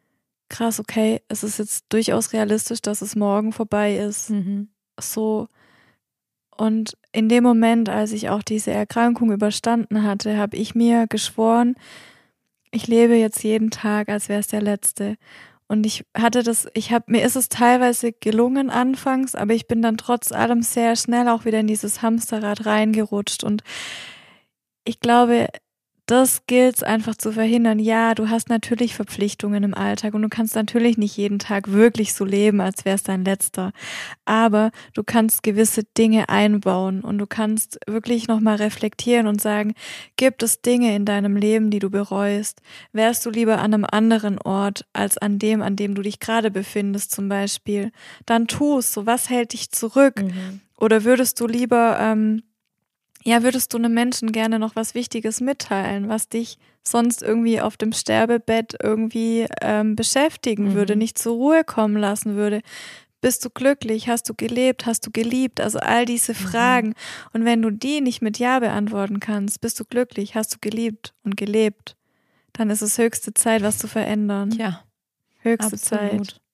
krass, okay, es ist jetzt durchaus realistisch, dass es morgen vorbei ist. Mhm. So. Und in dem Moment, als ich auch diese Erkrankung überstanden hatte, habe ich mir geschworen, ich lebe jetzt jeden Tag, als wäre es der letzte. Und ich hatte das, ich habe, mir ist es teilweise gelungen anfangs, aber ich bin dann trotz allem sehr schnell auch wieder in dieses Hamsterrad reingerutscht. Und ich glaube, das gilt es einfach zu verhindern. Ja, du hast natürlich Verpflichtungen im Alltag und du kannst natürlich nicht jeden Tag wirklich so leben, als wäre es dein letzter. Aber du kannst gewisse Dinge einbauen und du kannst wirklich nochmal reflektieren und sagen, gibt es Dinge in deinem Leben, die du bereust? Wärst du lieber an einem anderen Ort als an dem, an dem du dich gerade befindest zum Beispiel? Dann tu es. So, was hält dich zurück? Mhm. Oder würdest du lieber... Ähm, Ja, würdest du einem Menschen gerne noch was Wichtiges mitteilen, was dich sonst irgendwie auf dem Sterbebett irgendwie ähm, beschäftigen Mhm. würde, nicht zur Ruhe kommen lassen würde? Bist du glücklich? Hast du gelebt? Hast du geliebt? Also all diese Fragen. Mhm. Und wenn du die nicht mit Ja beantworten kannst, bist du glücklich? Hast du geliebt und gelebt? Dann ist es höchste Zeit, was zu verändern. Ja, höchste absolut. Zeit.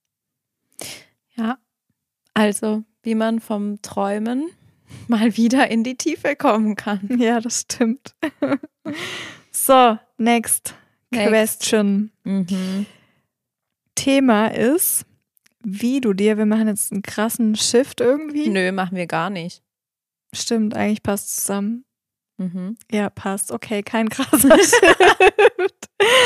Ja, also wie man vom Träumen mal wieder in die Tiefe kommen kann. Ja, das stimmt. So, next, Next. question. Mhm. Thema ist, wie du dir, wir machen jetzt einen krassen Shift irgendwie. Nö, machen wir gar nicht. Stimmt, eigentlich passt zusammen. Mhm. Ja, passt. Okay, kein krasser Shift.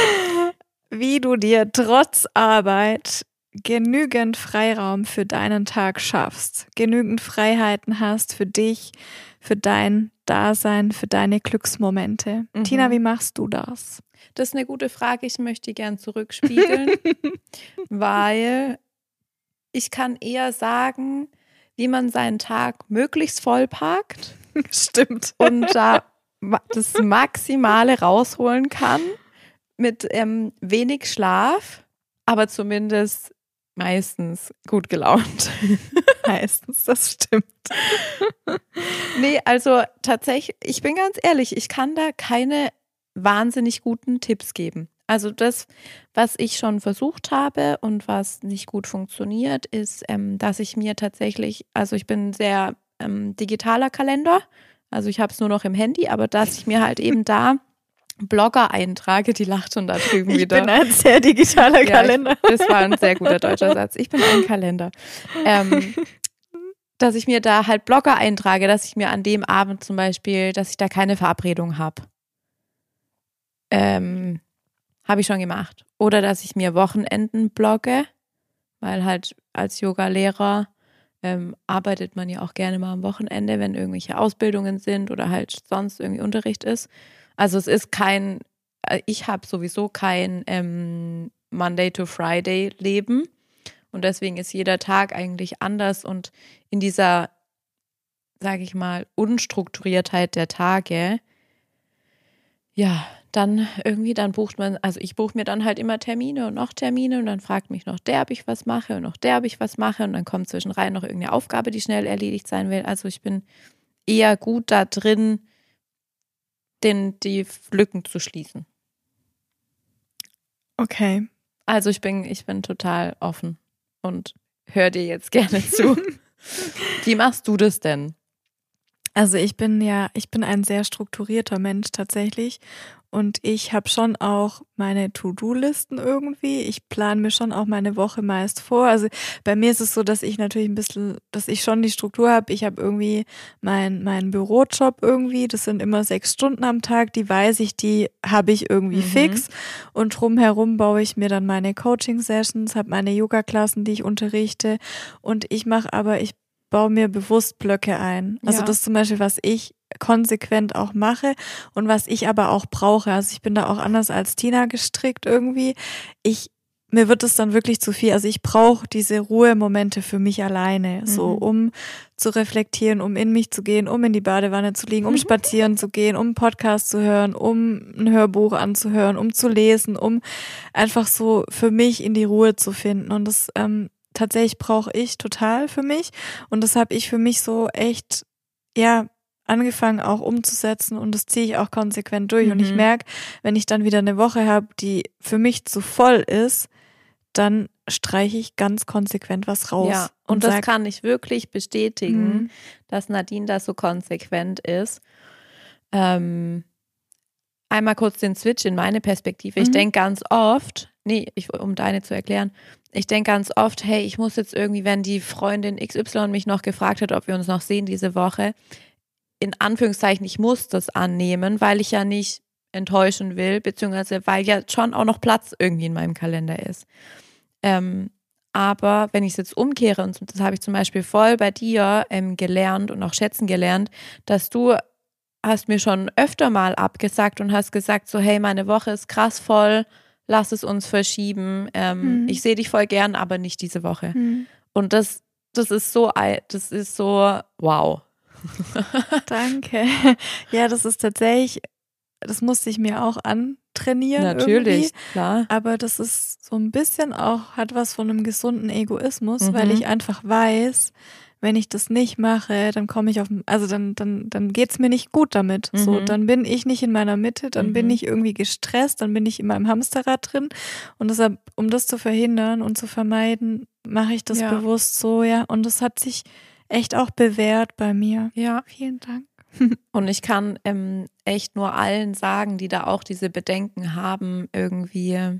Wie du dir trotz Arbeit genügend Freiraum für deinen Tag schaffst, genügend Freiheiten hast für dich, für dein Dasein, für deine Glücksmomente. Mhm. Tina, wie machst du das? Das ist eine gute Frage. Ich möchte die gern zurückspiegeln, weil ich kann eher sagen, wie man seinen Tag möglichst vollpackt Stimmt. und da das Maximale rausholen kann mit ähm, wenig Schlaf, aber zumindest meistens gut gelaunt. Meistens, das stimmt. Nee, also tatsächlich, ich bin ganz ehrlich, ich kann da keine wahnsinnig guten Tipps geben. Also das, was ich schon versucht habe und was nicht gut funktioniert, ist, ähm, dass ich mir tatsächlich, also ich bin ein sehr ähm, digitaler Kalender, also ich habe es nur noch im Handy, aber dass ich mir halt eben da Blogger eintrage, die lacht schon da drüben Ich wieder. bin ein sehr digitaler Ja, Kalender. Ich, das war ein sehr guter deutscher Satz. Ich bin ein Kalender. Ähm, dass ich mir da halt Blogger eintrage, dass ich mir an dem Abend zum Beispiel, dass ich da keine Verabredung habe. Ähm, habe ich schon gemacht. Oder dass ich mir Wochenenden blogge, weil halt als Yoga-Lehrer ähm, arbeitet man ja auch gerne mal am Wochenende, wenn irgendwelche Ausbildungen sind oder halt sonst irgendwie Unterricht ist. Also es ist kein, ich habe sowieso kein ähm, Monday to Friday Leben und deswegen ist jeder Tag eigentlich anders und in dieser, sage ich mal, Unstrukturiertheit der Tage, ja, dann irgendwie, dann bucht man, also ich buche mir dann halt immer Termine und noch Termine und dann fragt mich noch der, ob ich was mache und noch der, ob ich was mache und dann kommt zwischenrein noch irgendeine Aufgabe, die schnell erledigt sein will. Also ich bin eher gut da drin, den, die Lücken zu schließen. Okay. Also ich bin, ich bin total offen und höre dir jetzt gerne zu. Wie machst du das denn? Also ich bin ja, ich bin ein sehr strukturierter Mensch tatsächlich und ich habe schon auch meine To-Do-Listen irgendwie. Ich plane mir schon auch meine Woche meist vor. Also bei mir ist es so, dass ich natürlich ein bisschen, dass ich schon die Struktur habe. Ich habe irgendwie meinen mein Bürojob irgendwie. Das sind immer sechs Stunden am Tag. Die weiß ich, die habe ich irgendwie Mhm. fix. Und drumherum baue ich mir dann meine Coaching-Sessions, habe meine Yoga-Klassen, die ich unterrichte. Und ich mache aber, ich baue mir bewusst Blöcke ein. Also Ja. das ist zum Beispiel, was ich konsequent auch mache und was ich aber auch brauche. Also ich bin da auch anders als Tina gestrickt irgendwie. Ich, mir wird es dann wirklich zu viel. Also ich brauche diese Ruhemomente für mich alleine, mhm. so um zu reflektieren, um in mich zu gehen, um in die Badewanne zu liegen, um mhm. spazieren zu gehen, um einen Podcast zu hören, um ein Hörbuch anzuhören, um zu lesen, um einfach so für mich in die Ruhe zu finden. Und das ähm, tatsächlich brauche ich total für mich und das habe ich für mich so echt, ja, angefangen auch umzusetzen und das ziehe ich auch konsequent durch. Mhm. Und ich merke, wenn ich dann wieder eine Woche habe, die für mich zu voll ist, dann streiche ich ganz konsequent was raus. Ja, und, und das sag, kann ich wirklich bestätigen, mhm. dass Nadine da so konsequent ist. Ähm, einmal kurz den Switch in meine Perspektive. Ich mhm. denke ganz oft, nee, ich, um deine zu erklären, ich denke ganz oft, hey, ich muss jetzt irgendwie, wenn die Freundin X Y mich noch gefragt hat, ob wir uns noch sehen diese Woche, in Anführungszeichen, ich muss das annehmen, weil ich ja nicht enttäuschen will, beziehungsweise weil ja schon auch noch Platz irgendwie in meinem Kalender ist. Ähm, aber wenn ich es jetzt umkehre, und das habe ich zum Beispiel voll bei dir ähm, gelernt und auch schätzen gelernt, dass du hast mir schon öfter mal abgesagt und hast gesagt so, hey, meine Woche ist krass voll, lass es uns verschieben. Ähm, hm. Ich sehe dich voll gern, aber nicht diese Woche. Hm. Und das, das ist so, das ist so, wow. Danke. Ja, das ist tatsächlich, das musste ich mir auch antrainieren. Natürlich, irgendwie. Klar. Aber das ist so ein bisschen auch, hat was von einem gesunden Egoismus, mhm. weil ich einfach weiß, wenn ich das nicht mache, dann komme ich auf, also dann, dann, dann geht's mir nicht gut damit. Mhm. So, dann bin ich nicht in meiner Mitte, dann mhm. bin ich irgendwie gestresst, dann bin ich in meinem Hamsterrad drin. Und deshalb, um das zu verhindern und zu vermeiden, mache ich das ja. bewusst so, ja. Und das hat sich echt auch bewährt bei mir. Ja. Vielen Dank. Und ich kann ähm, echt nur allen sagen, die da auch diese Bedenken haben, irgendwie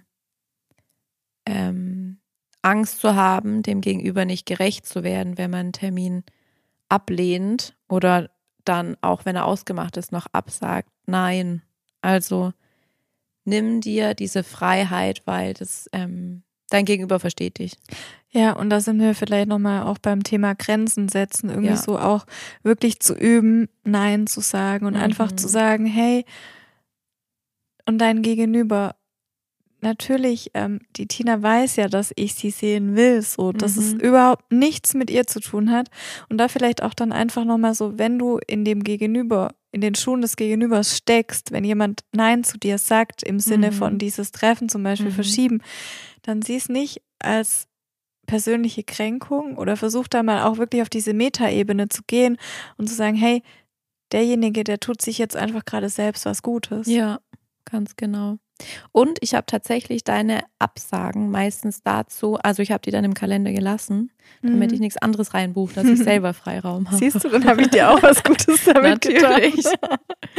ähm, Angst zu haben, dem Gegenüber nicht gerecht zu werden, wenn man einen Termin ablehnt oder dann auch, wenn er ausgemacht ist, noch absagt. Nein, also nimm dir diese Freiheit, weil das ähm, dein Gegenüber versteht dich. Ja, und da sind wir vielleicht nochmal auch beim Thema Grenzen setzen, irgendwie ja. so auch wirklich zu üben, Nein zu sagen und mhm. einfach zu sagen, hey, und dein Gegenüber, natürlich, ähm, die Tina weiß ja, dass ich sie sehen will, so, dass mhm. es überhaupt nichts mit ihr zu tun hat. Und da vielleicht auch dann einfach nochmal so, wenn du in dem Gegenüber, in den Schuhen des Gegenübers steckst, wenn jemand Nein zu dir sagt, im Sinne mhm. von dieses Treffen zum Beispiel mhm. verschieben, dann sieh es nicht als persönliche Kränkung oder versuch da mal auch wirklich auf diese Metaebene zu gehen und zu sagen, hey, derjenige, der tut sich jetzt einfach gerade selbst was Gutes. Ja, ganz genau. Und ich habe tatsächlich deine Absagen meistens dazu, also ich habe die dann im Kalender gelassen, damit mhm. ich nichts anderes reinbuche, dass ich selber Freiraum habe. Siehst du, dann habe ich dir auch was Gutes damit Natürlich. getan.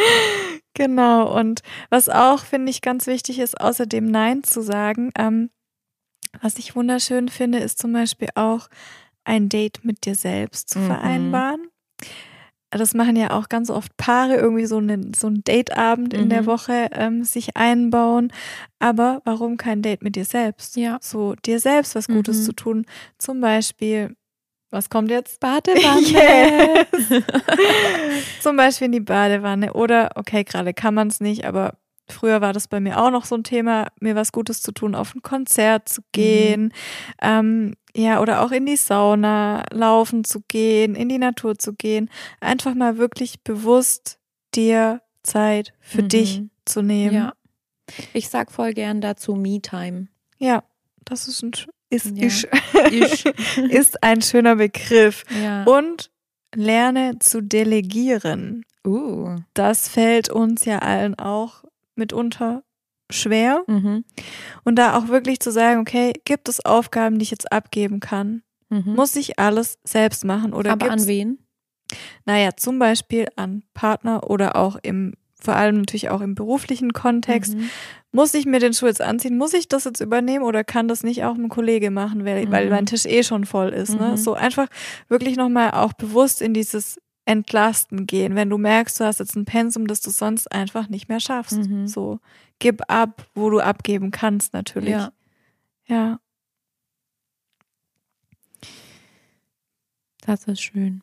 Genau, und was auch, finde ich, ganz wichtig ist, außerdem Nein zu sagen, ähm, was ich wunderschön finde, ist zum Beispiel auch ein Date mit dir selbst zu mhm. vereinbaren. Das machen ja auch ganz oft Paare, irgendwie so einen so einen Dateabend mhm. in der Woche ähm, sich einbauen. Aber warum kein Date mit dir selbst? Ja. So dir selbst was Gutes mhm. zu tun. Zum Beispiel, was kommt jetzt? Badewanne. Yes. Zum Beispiel in die Badewanne. Oder, okay, gerade kann man es nicht, aber früher war das bei mir auch noch so ein Thema, mir was Gutes zu tun, auf ein Konzert zu gehen, mhm. ähm, ja, oder auch in die Sauna laufen zu gehen, in die Natur zu gehen. Einfach mal wirklich bewusst dir Zeit für mhm. dich zu nehmen. Ja. Ich sag voll gern dazu Me-Time. Ja, das ist ein, ist, ja. ist, ist, ist ein schöner Begriff. Ja. Und lerne zu delegieren. Uh. Das fällt uns ja allen auch mitunter schwer. Mhm. Und da auch wirklich zu sagen, okay, gibt es Aufgaben, die ich jetzt abgeben kann? Mhm. Muss ich alles selbst machen? Oder aber gibt's, an wen? Naja, zum Beispiel an Partner oder auch im, vor allem natürlich auch im beruflichen Kontext. Mhm. Muss ich mir den Schuh jetzt anziehen? Muss ich das jetzt übernehmen oder kann das nicht auch ein Kollege machen, weil, mhm. weil mein Tisch eh schon voll ist? Mhm. Ne? So einfach wirklich nochmal auch bewusst in dieses Entlasten gehen, wenn du merkst, du hast jetzt ein Pensum, das du sonst einfach nicht mehr schaffst. Mhm. So, gib ab, wo du abgeben kannst, natürlich. Ja. Ja. Das ist schön.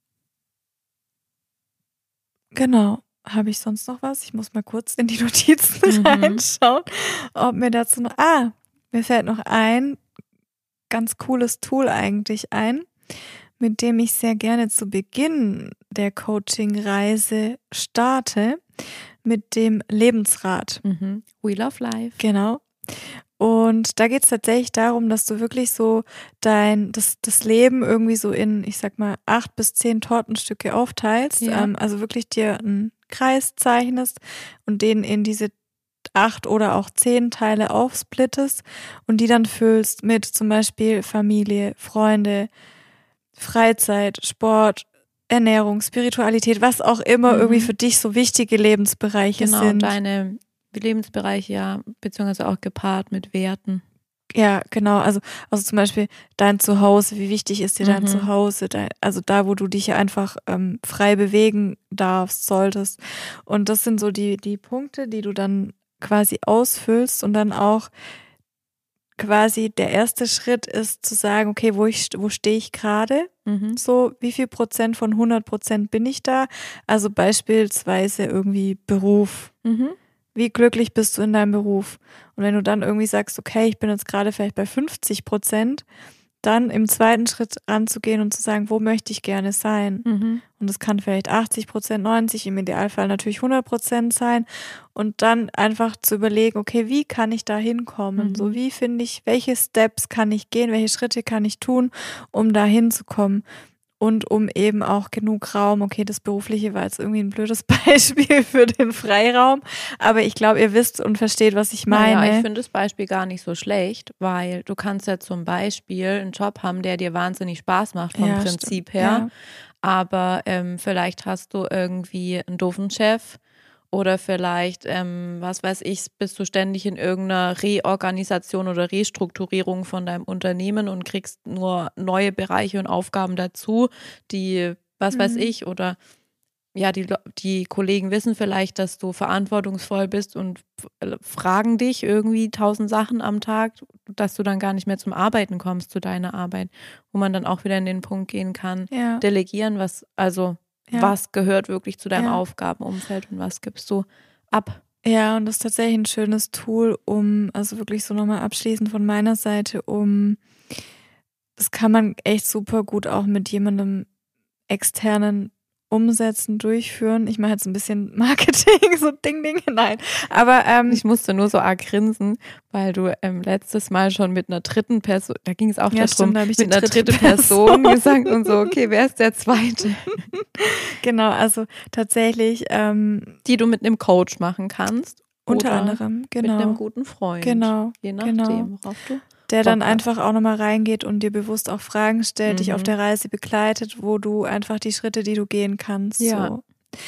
Genau. Habe ich sonst noch was? Ich muss mal kurz in die Notizen mhm. reinschauen, ob mir dazu noch, ah, mir fällt noch ein ganz cooles Tool eigentlich ein, mit dem ich sehr gerne zu Beginn der Coaching-Reise starte, mit dem Lebensrad. Mhm. We Love Life. Genau. Und da geht es tatsächlich darum, dass du wirklich so dein, das, das Leben irgendwie so in, ich sag mal, acht bis zehn Tortenstücke aufteilst. Ja. Ähm, also wirklich dir einen Kreis zeichnest und den in diese acht oder auch zehn Teile aufsplittest und die dann füllst mit zum Beispiel Familie, Freunde, Freizeit, Sport, Ernährung, Spiritualität, was auch immer Mhm. irgendwie für dich so wichtige Lebensbereiche Genau, sind. deine Lebensbereiche, ja, beziehungsweise auch gepaart mit Werten. Ja, genau. Also, also zum Beispiel dein Zuhause. Wie wichtig ist dir dein Mhm. Zuhause? Dein, also da, wo du dich einfach ähm, frei bewegen darfst, solltest. Und das sind so die, die Punkte, die du dann quasi ausfüllst und dann auch quasi der erste Schritt ist zu sagen, okay, wo ich, wo stehe ich gerade? Mhm. So, wie viel Prozent von hundert Prozent bin ich da? Also beispielsweise irgendwie Beruf. Mhm. Wie glücklich bist du in deinem Beruf? Und wenn du dann irgendwie sagst, okay, ich bin jetzt gerade vielleicht bei fünfzig Prozent, dann im zweiten Schritt ranzugehen und zu sagen, wo möchte ich gerne sein? Mhm. Und das kann vielleicht achtzig Prozent, neunzig, im Idealfall natürlich hundert Prozent sein. Und dann einfach zu überlegen, okay, wie kann ich da hinkommen? Mhm. So, wie finde ich, welche Steps kann ich gehen, welche Schritte kann ich tun, um da hinzukommen? Und um eben auch genug Raum, okay, das Berufliche war jetzt irgendwie ein blödes Beispiel für den Freiraum, aber ich glaube, ihr wisst und versteht, was ich meine. Naja, ich finde das Beispiel gar nicht so schlecht, weil du kannst ja zum Beispiel einen Job haben, der dir wahnsinnig Spaß macht vom Ja, Prinzip stimmt. her, Ja. aber ähm, vielleicht hast du irgendwie einen doofen Chef oder vielleicht, ähm, was weiß ich, bist du ständig in irgendeiner Reorganisation oder Restrukturierung von deinem Unternehmen und kriegst nur neue Bereiche und Aufgaben dazu, die, was weiß Mhm. ich, oder ja, die, Le- die Kollegen wissen vielleicht, dass du verantwortungsvoll bist und f- fragen dich irgendwie tausend Sachen am Tag, dass du dann gar nicht mehr zum Arbeiten kommst, zu deiner Arbeit, wo man dann auch wieder in den Punkt gehen kann, Ja, delegieren, was, also ja, was gehört wirklich zu deinem ja. Aufgabenumfeld und was gibst du ab. Ja, und das ist tatsächlich ein schönes Tool, um, also wirklich so nochmal abschließend von meiner Seite, um, das kann man echt super gut auch mit jemandem externen umsetzen, durchführen. Ich mache jetzt ein bisschen Marketing, so Ding, Ding, nein. Aber ähm, Ich musste nur so arg grinsen, weil du ähm, letztes Mal schon mit einer dritten Person, da ging es auch ja, darum, stimmt, da habe ich mit die einer dritte dritten Person gesagt und so, okay, wer ist der zweite? Genau, also tatsächlich ähm, Die du mit einem Coach machen kannst unter oder anderem, mit einem genau, guten Freund. genau, Je genau. nachdem, worauf du Der Bock dann hast. einfach auch nochmal reingeht und dir bewusst auch Fragen stellt, dich auf Mhm. der Reise begleitet, wo du einfach die Schritte, die du gehen kannst, Ja. so.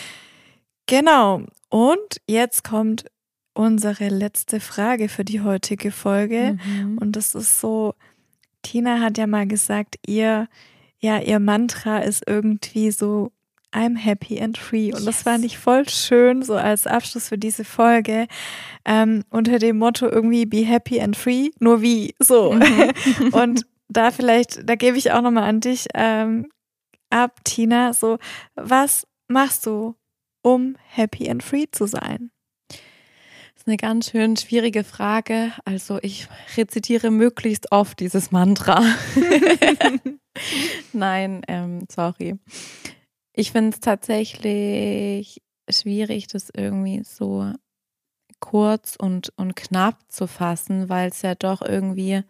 Genau. Und jetzt kommt unsere letzte Frage für die heutige Folge. Mhm. Und das ist so, Tina hat ja mal gesagt, ihr, ja, ihr Mantra ist irgendwie so, I'm happy and free. Und das Yes. fand ich voll schön, so als Abschluss für diese Folge. Ähm, unter dem Motto irgendwie be happy and free, nur wie, so. Mhm. Und da vielleicht, da gebe ich auch nochmal an dich ähm, ab, Tina, so, was machst du, um happy and free zu sein? Das ist eine ganz schön schwierige Frage. Also ich rezitiere möglichst oft dieses Mantra. Nein, ähm, sorry. Ich finde es tatsächlich schwierig, das irgendwie so kurz und, und knapp zu fassen, weil es ja doch irgendwie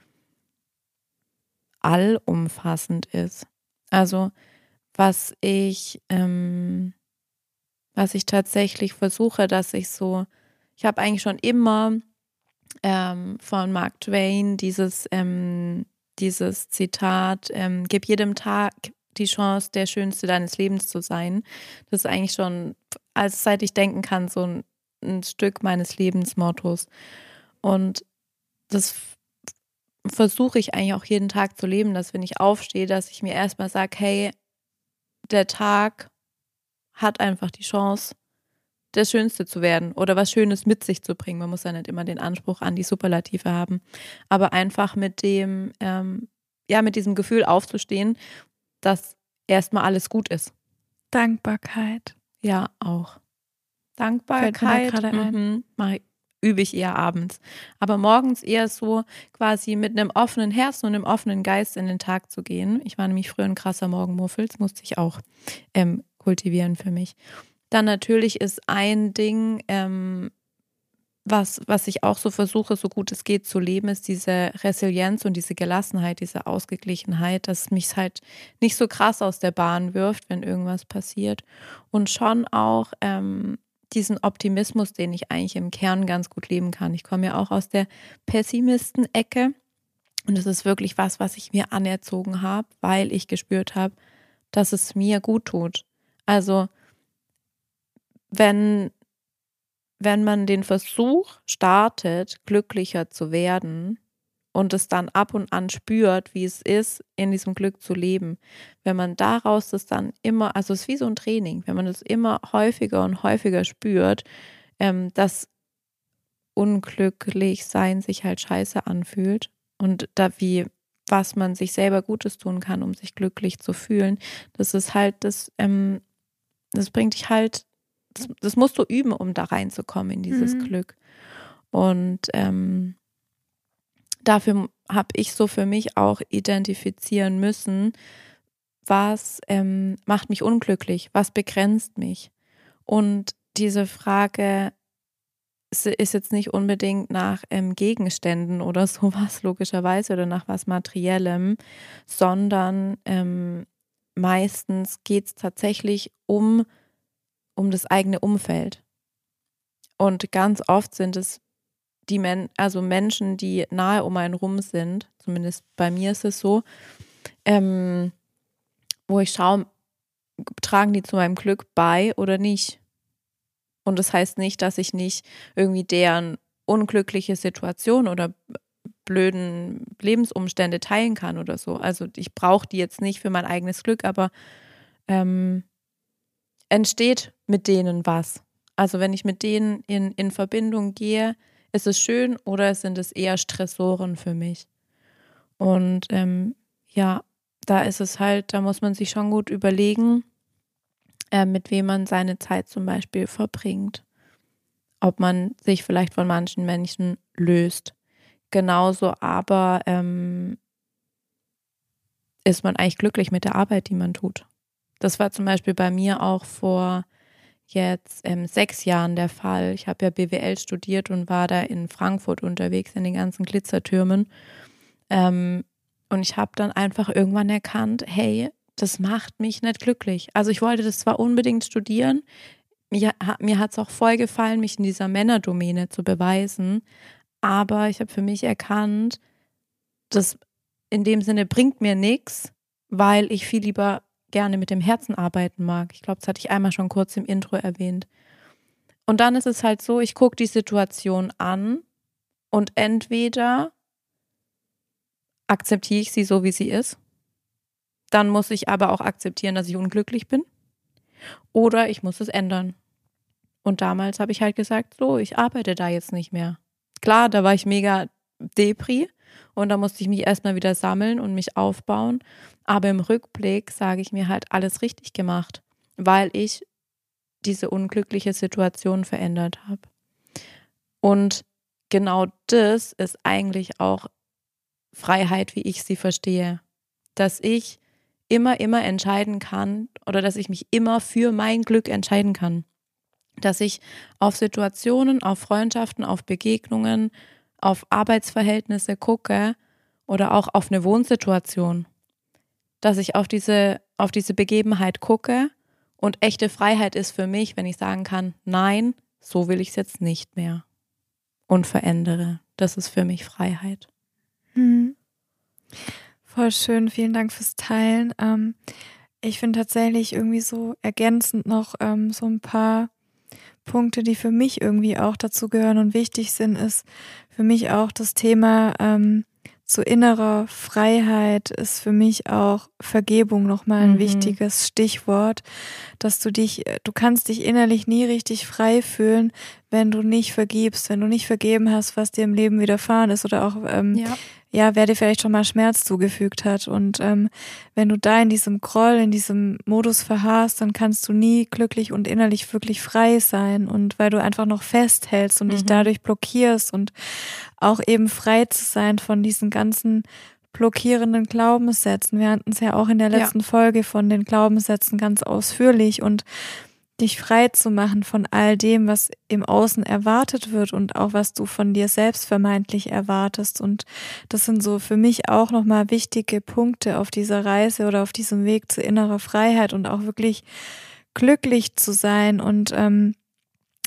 allumfassend ist. Also was ich, ähm, was ich tatsächlich versuche, dass ich so, ich habe eigentlich schon immer ähm, von Mark Twain dieses, ähm, dieses Zitat, ähm, gib jedem Tag die Chance, der Schönste deines Lebens zu sein. Das ist eigentlich schon, als seit ich denken kann, so ein, ein Stück meines Lebensmottos. Und das versuche ich eigentlich auch jeden Tag zu leben, dass wenn ich aufstehe, dass ich mir erstmal sage, hey, der Tag hat einfach die Chance, das Schönste zu werden oder was Schönes mit sich zu bringen. Man muss ja nicht immer den Anspruch an die Superlative haben, aber einfach mit dem, ähm, ja, mit diesem Gefühl aufzustehen, dass erstmal alles gut ist. Dankbarkeit. Ja, auch. Fällt mir da Dankbarkeit gerade ein. mhm, mach ich, übe ich eher abends. Aber morgens eher so quasi mit einem offenen Herzen und einem offenen Geist in den Tag zu gehen. Ich war nämlich früher ein krasser Morgenmuffel, das musste ich auch ähm, kultivieren für mich. Dann natürlich ist ein Ding, ähm, was, was ich auch so versuche, so gut es geht zu leben, ist diese Resilienz und diese Gelassenheit, diese Ausgeglichenheit, dass mich halt nicht so krass aus der Bahn wirft, wenn irgendwas passiert. Und schon auch ähm, diesen Optimismus, den ich eigentlich im Kern ganz gut leben kann. Ich komme ja auch aus der Pessimisten-Ecke und das ist wirklich was, was ich mir anerzogen habe, weil ich gespürt habe, dass es mir gut tut. Also wenn, wenn man den Versuch startet, glücklicher zu werden und es dann ab und an spürt, wie es ist, in diesem Glück zu leben, wenn man daraus das dann immer, also es ist wie so ein Training, wenn man das immer häufiger und häufiger spürt, ähm, dass unglücklich sein sich halt scheiße anfühlt und da wie, was man sich selber Gutes tun kann, um sich glücklich zu fühlen, das ist halt das, ähm, das bringt dich halt, das, das musst du üben, um da reinzukommen in dieses Mhm. Glück. Und ähm, dafür habe ich so für mich auch identifizieren müssen, was ähm, macht mich unglücklich, was begrenzt mich. Und diese Frage ist, ist jetzt nicht unbedingt nach ähm, Gegenständen oder sowas logischerweise oder nach was Materiellem, sondern ähm, meistens geht es tatsächlich um, um das eigene Umfeld. Und ganz oft sind es die Men- also Menschen, die nahe um einen rum sind, zumindest bei mir ist es so, ähm, wo ich schaue, tragen die zu meinem Glück bei oder nicht. Und das heißt nicht, dass ich nicht irgendwie deren unglückliche Situation oder blöden Lebensumstände teilen kann oder so. Also ich brauche die jetzt nicht für mein eigenes Glück, aber ähm, entsteht mit denen was. Also wenn ich mit denen in, in Verbindung gehe, ist es schön oder sind es eher Stressoren für mich? Und ähm, ja, da ist es halt, da muss man sich schon gut überlegen, äh, mit wem man seine Zeit zum Beispiel verbringt. Ob man sich vielleicht von manchen Menschen löst. Genauso aber ähm, ist man eigentlich glücklich mit der Arbeit, die man tut. Das war zum Beispiel bei mir auch vor jetzt ähm, sechs Jahren der Fall. Ich habe ja B W L studiert und war da in Frankfurt unterwegs in den ganzen Glitzertürmen. Ähm, und ich habe dann einfach irgendwann erkannt, hey, das macht mich nicht glücklich. Also ich wollte das zwar unbedingt studieren, mir, mir hat es auch voll gefallen, mich in dieser Männerdomäne zu beweisen, aber ich habe für mich erkannt, das in dem Sinne bringt mir nichts, weil ich viel lieber gerne mit dem Herzen arbeiten mag. Ich glaube, das hatte ich einmal schon kurz im Intro erwähnt. Und dann ist es halt so, ich gucke die Situation an und entweder akzeptiere ich sie so, wie sie ist, dann muss ich aber auch akzeptieren, dass ich unglücklich bin, oder ich muss es ändern. Und damals habe ich halt gesagt, so, ich arbeite da jetzt nicht mehr. Klar, da war ich mega Depri und da musste ich mich erstmal wieder sammeln und mich aufbauen. Aber im Rückblick sage ich mir halt alles richtig gemacht, weil ich diese unglückliche Situation verändert habe. Und genau das ist eigentlich auch Freiheit, wie ich sie verstehe. Dass ich immer, immer entscheiden kann oder dass ich mich immer für mein Glück entscheiden kann. Dass ich auf Situationen, auf Freundschaften, auf Begegnungen, auf Arbeitsverhältnisse gucke oder auch auf eine Wohnsituation. Dass ich auf diese, auf diese Begebenheit gucke und echte Freiheit ist für mich, wenn ich sagen kann, nein, so will ich es jetzt nicht mehr und verändere. Das ist für mich Freiheit. Mhm. Voll schön, vielen Dank fürs Teilen. Ähm, ich finde tatsächlich irgendwie so ergänzend noch ähm, so ein paar Punkte, die für mich irgendwie auch dazu gehören und wichtig sind, ist für mich auch das Thema ähm, zu innerer Freiheit ist für mich auch Vergebung nochmal ein Mhm. wichtiges Stichwort, dass du dich, du kannst dich innerlich nie richtig frei fühlen, wenn du nicht vergibst, wenn du nicht vergeben hast, was dir im Leben widerfahren ist oder auch ähm, Ja. ja, wer dir vielleicht schon mal Schmerz zugefügt hat. Und ähm, wenn du da in diesem Groll, in diesem Modus verharrst, dann kannst du nie glücklich und innerlich wirklich frei sein. Und weil du einfach noch festhältst und Mhm. dich dadurch blockierst und auch eben frei zu sein von diesen ganzen blockierenden Glaubenssätzen. Wir hatten es ja auch in der Ja. letzten Folge von den Glaubenssätzen ganz ausführlich und dich frei zu machen von all dem, was im Außen erwartet wird und auch was du von dir selbst vermeintlich erwartest. Und das sind so für mich auch nochmal wichtige Punkte auf dieser Reise oder auf diesem Weg zu innerer Freiheit und auch wirklich glücklich zu sein. Und ähm,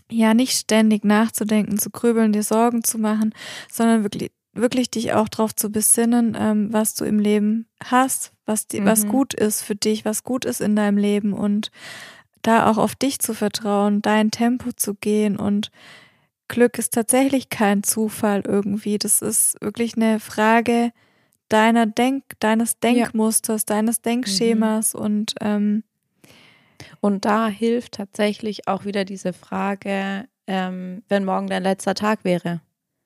ja, nicht ständig nachzudenken, zu grübeln, dir Sorgen zu machen, sondern wirklich, wirklich dich auch darauf zu besinnen, ähm, was du im Leben hast, was, die, Mhm. was gut ist für dich, was gut ist in deinem Leben und da auch auf dich zu vertrauen, dein Tempo zu gehen und Glück ist tatsächlich kein Zufall irgendwie. Das ist wirklich eine Frage deiner Denk, deines Denkmusters, deines Denkschemas Mhm. und ähm, Und da hilft tatsächlich auch wieder diese Frage, ähm, wenn morgen dein letzter Tag wäre.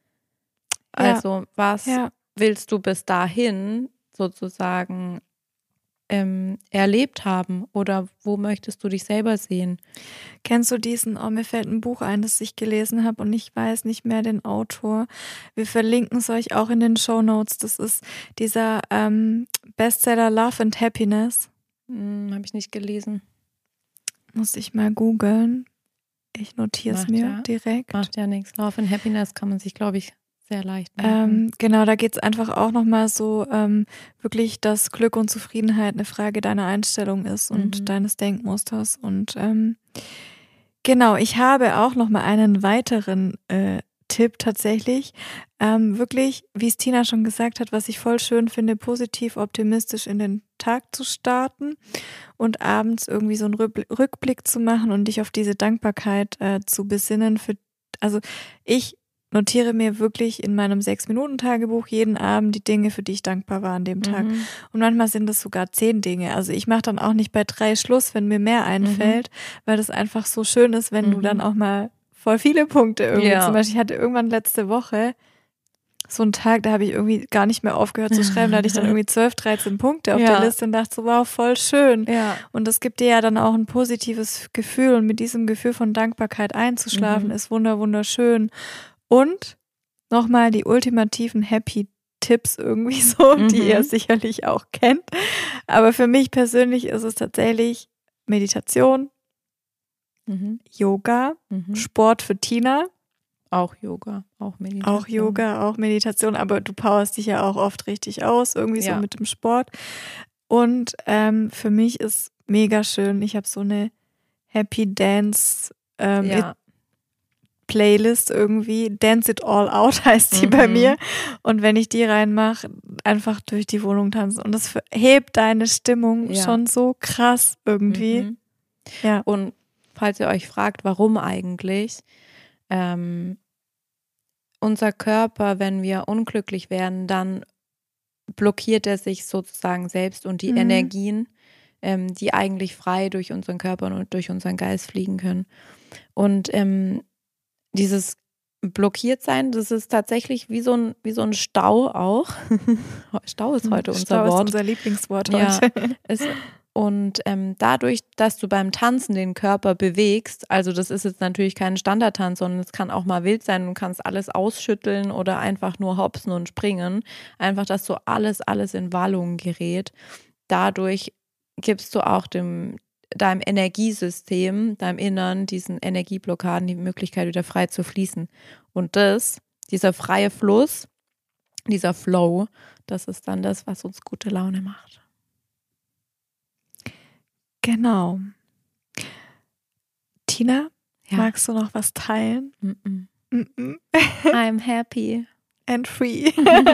ja, Also was ja. willst du bis dahin sozusagen ähm, erlebt haben oder wo möchtest du dich selber sehen? Kennst du diesen, oh, mir fällt ein Buch ein, das ich gelesen habe und ich weiß nicht mehr den Autor. Wir verlinken es euch auch in den Shownotes. Das ist dieser ähm, Bestseller Love and Happiness. Hm, habe ich nicht gelesen. Muss ich mal googeln. Ich notiere es Macht mir ja, direkt. Macht ja nichts. Love and Happiness kann man sich, glaube ich, sehr leicht merken. Ähm, genau, da geht es einfach auch nochmal so, ähm, wirklich, dass Glück und Zufriedenheit eine Frage deiner Einstellung ist und Mhm. deines Denkmusters. Und ähm, genau, ich habe auch nochmal einen weiteren äh, Tipp tatsächlich. Ähm, wirklich, wie es Tina schon gesagt hat, was ich voll schön finde, positiv, optimistisch in den Tag zu starten und abends irgendwie so einen Rück- Rückblick zu machen und dich auf diese Dankbarkeit äh, zu besinnen. Für, also ich notiere mir wirklich in meinem Sechs-Minuten-Tagebuch jeden Abend die Dinge, für die ich dankbar war an dem Tag. Mhm. Und manchmal sind es sogar zehn Dinge. Also ich mache dann auch nicht bei drei Schluss, wenn mir mehr einfällt, weil das einfach so schön ist, wenn Mhm. du dann auch mal voll viele Punkte irgendwie, Ja. zum Beispiel, ich hatte irgendwann letzte Woche so einen Tag, da habe ich irgendwie gar nicht mehr aufgehört zu schreiben, da hatte ich dann irgendwie zwölf, dreizehn Punkte auf Ja. der Liste und dachte so, wow, voll schön. Ja. Und das gibt dir ja dann auch ein positives Gefühl und mit diesem Gefühl von Dankbarkeit einzuschlafen Mhm. ist wunder wunderschön. Und nochmal die ultimativen Happy-Tipps irgendwie so, Mhm. die ihr sicherlich auch kennt. Aber für mich persönlich ist es tatsächlich Meditation, Mhm. Yoga, Mhm. Sport für Tina, Auch Yoga, auch Meditation. auch Yoga, auch Meditation, aber du powerst dich ja auch oft richtig aus, irgendwie Ja. so mit dem Sport. Und ähm, für mich ist mega schön, ich habe so eine Happy Dance ähm, Ja. Playlist irgendwie, Dance It All Out heißt die Mhm. bei mir. Und wenn ich die reinmache, einfach durch die Wohnung tanzen. Und das hebt deine Stimmung Ja. schon so krass irgendwie. Mhm. Ja. Und falls ihr euch fragt, warum eigentlich, ähm, unser Körper, wenn wir unglücklich werden, dann blockiert er sich sozusagen selbst und die Mhm. Energien, ähm, die eigentlich frei durch unseren Körper und durch unseren Geist fliegen können. Und ähm, dieses blockiert sein, das ist tatsächlich wie so ein, wie so ein Stau auch. Stau ist heute unser Stau ist Wort. unser Lieblingswort Ja, heute. es, und ähm, dadurch, dass du beim Tanzen den Körper bewegst, also das ist jetzt natürlich kein Standardtanz, sondern es kann auch mal wild sein, du kannst alles ausschütteln oder einfach nur hopsen und springen, einfach, dass so alles, alles in Wallung gerät. Dadurch gibst du auch dem, deinem Energiesystem, deinem Innern, diesen Energieblockaden die Möglichkeit, wieder frei zu fließen. Und das, dieser freie Fluss, dieser Flow, das ist dann das, was uns gute Laune macht. Genau. Tina, Ja. magst du noch was teilen? Mm-mm. Mm-mm. I'm happy. And free.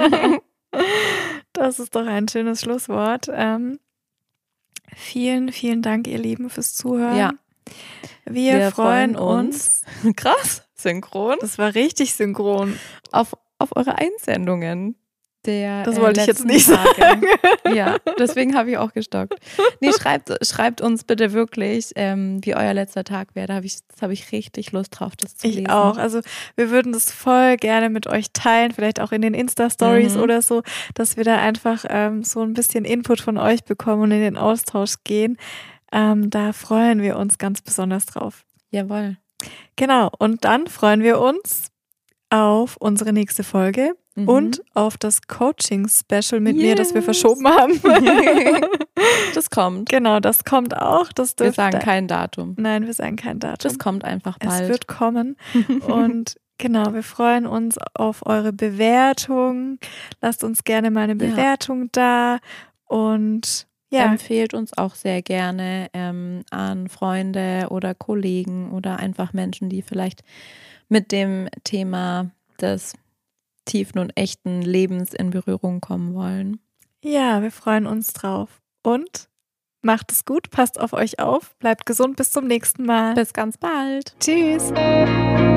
Das ist doch ein schönes Schlusswort. Ähm, vielen, vielen Dank, ihr Lieben, fürs Zuhören. Ja. Wir, Wir freuen freuen uns. uns. Krass, synchron. Das war richtig synchron. Auf, auf eure Einsendungen. Der, Das äh, wollte ich jetzt letzten nicht Tage. sagen. Ja, deswegen habe ich auch gestockt. Nee, schreibt, schreibt uns bitte wirklich, ähm, wie euer letzter Tag wäre. Da habe ich, das habe ich richtig Lust drauf, das zu Ich lesen. auch. Also wir würden das voll gerne mit euch teilen, vielleicht auch in den Insta-Stories Mhm. oder so, dass wir da einfach ähm, so ein bisschen Input von euch bekommen und in den Austausch gehen. Ähm, da freuen wir uns ganz besonders drauf. Jawohl. Genau. Und dann freuen wir uns auf unsere nächste Folge Mhm. und auf das Coaching-Special mit mir, das wir Yes. verschoben haben. Das kommt. Genau, das kommt auch. Das Wir dürfte, sagen kein Datum. Nein, wir sagen kein Datum. Das kommt einfach bald. Es wird kommen. Und genau, wir freuen uns auf eure Bewertung. Lasst uns gerne mal eine Ja. Bewertung da. Und Ja. Empfehlt uns auch sehr gerne ähm, an Freunde oder Kollegen oder einfach Menschen, die vielleicht mit dem Thema des tiefen und echten Lebens in Berührung kommen wollen. Ja, wir freuen uns drauf. Und macht es gut, passt auf euch auf, bleibt gesund, bis zum nächsten Mal. Bis ganz bald. Tschüss.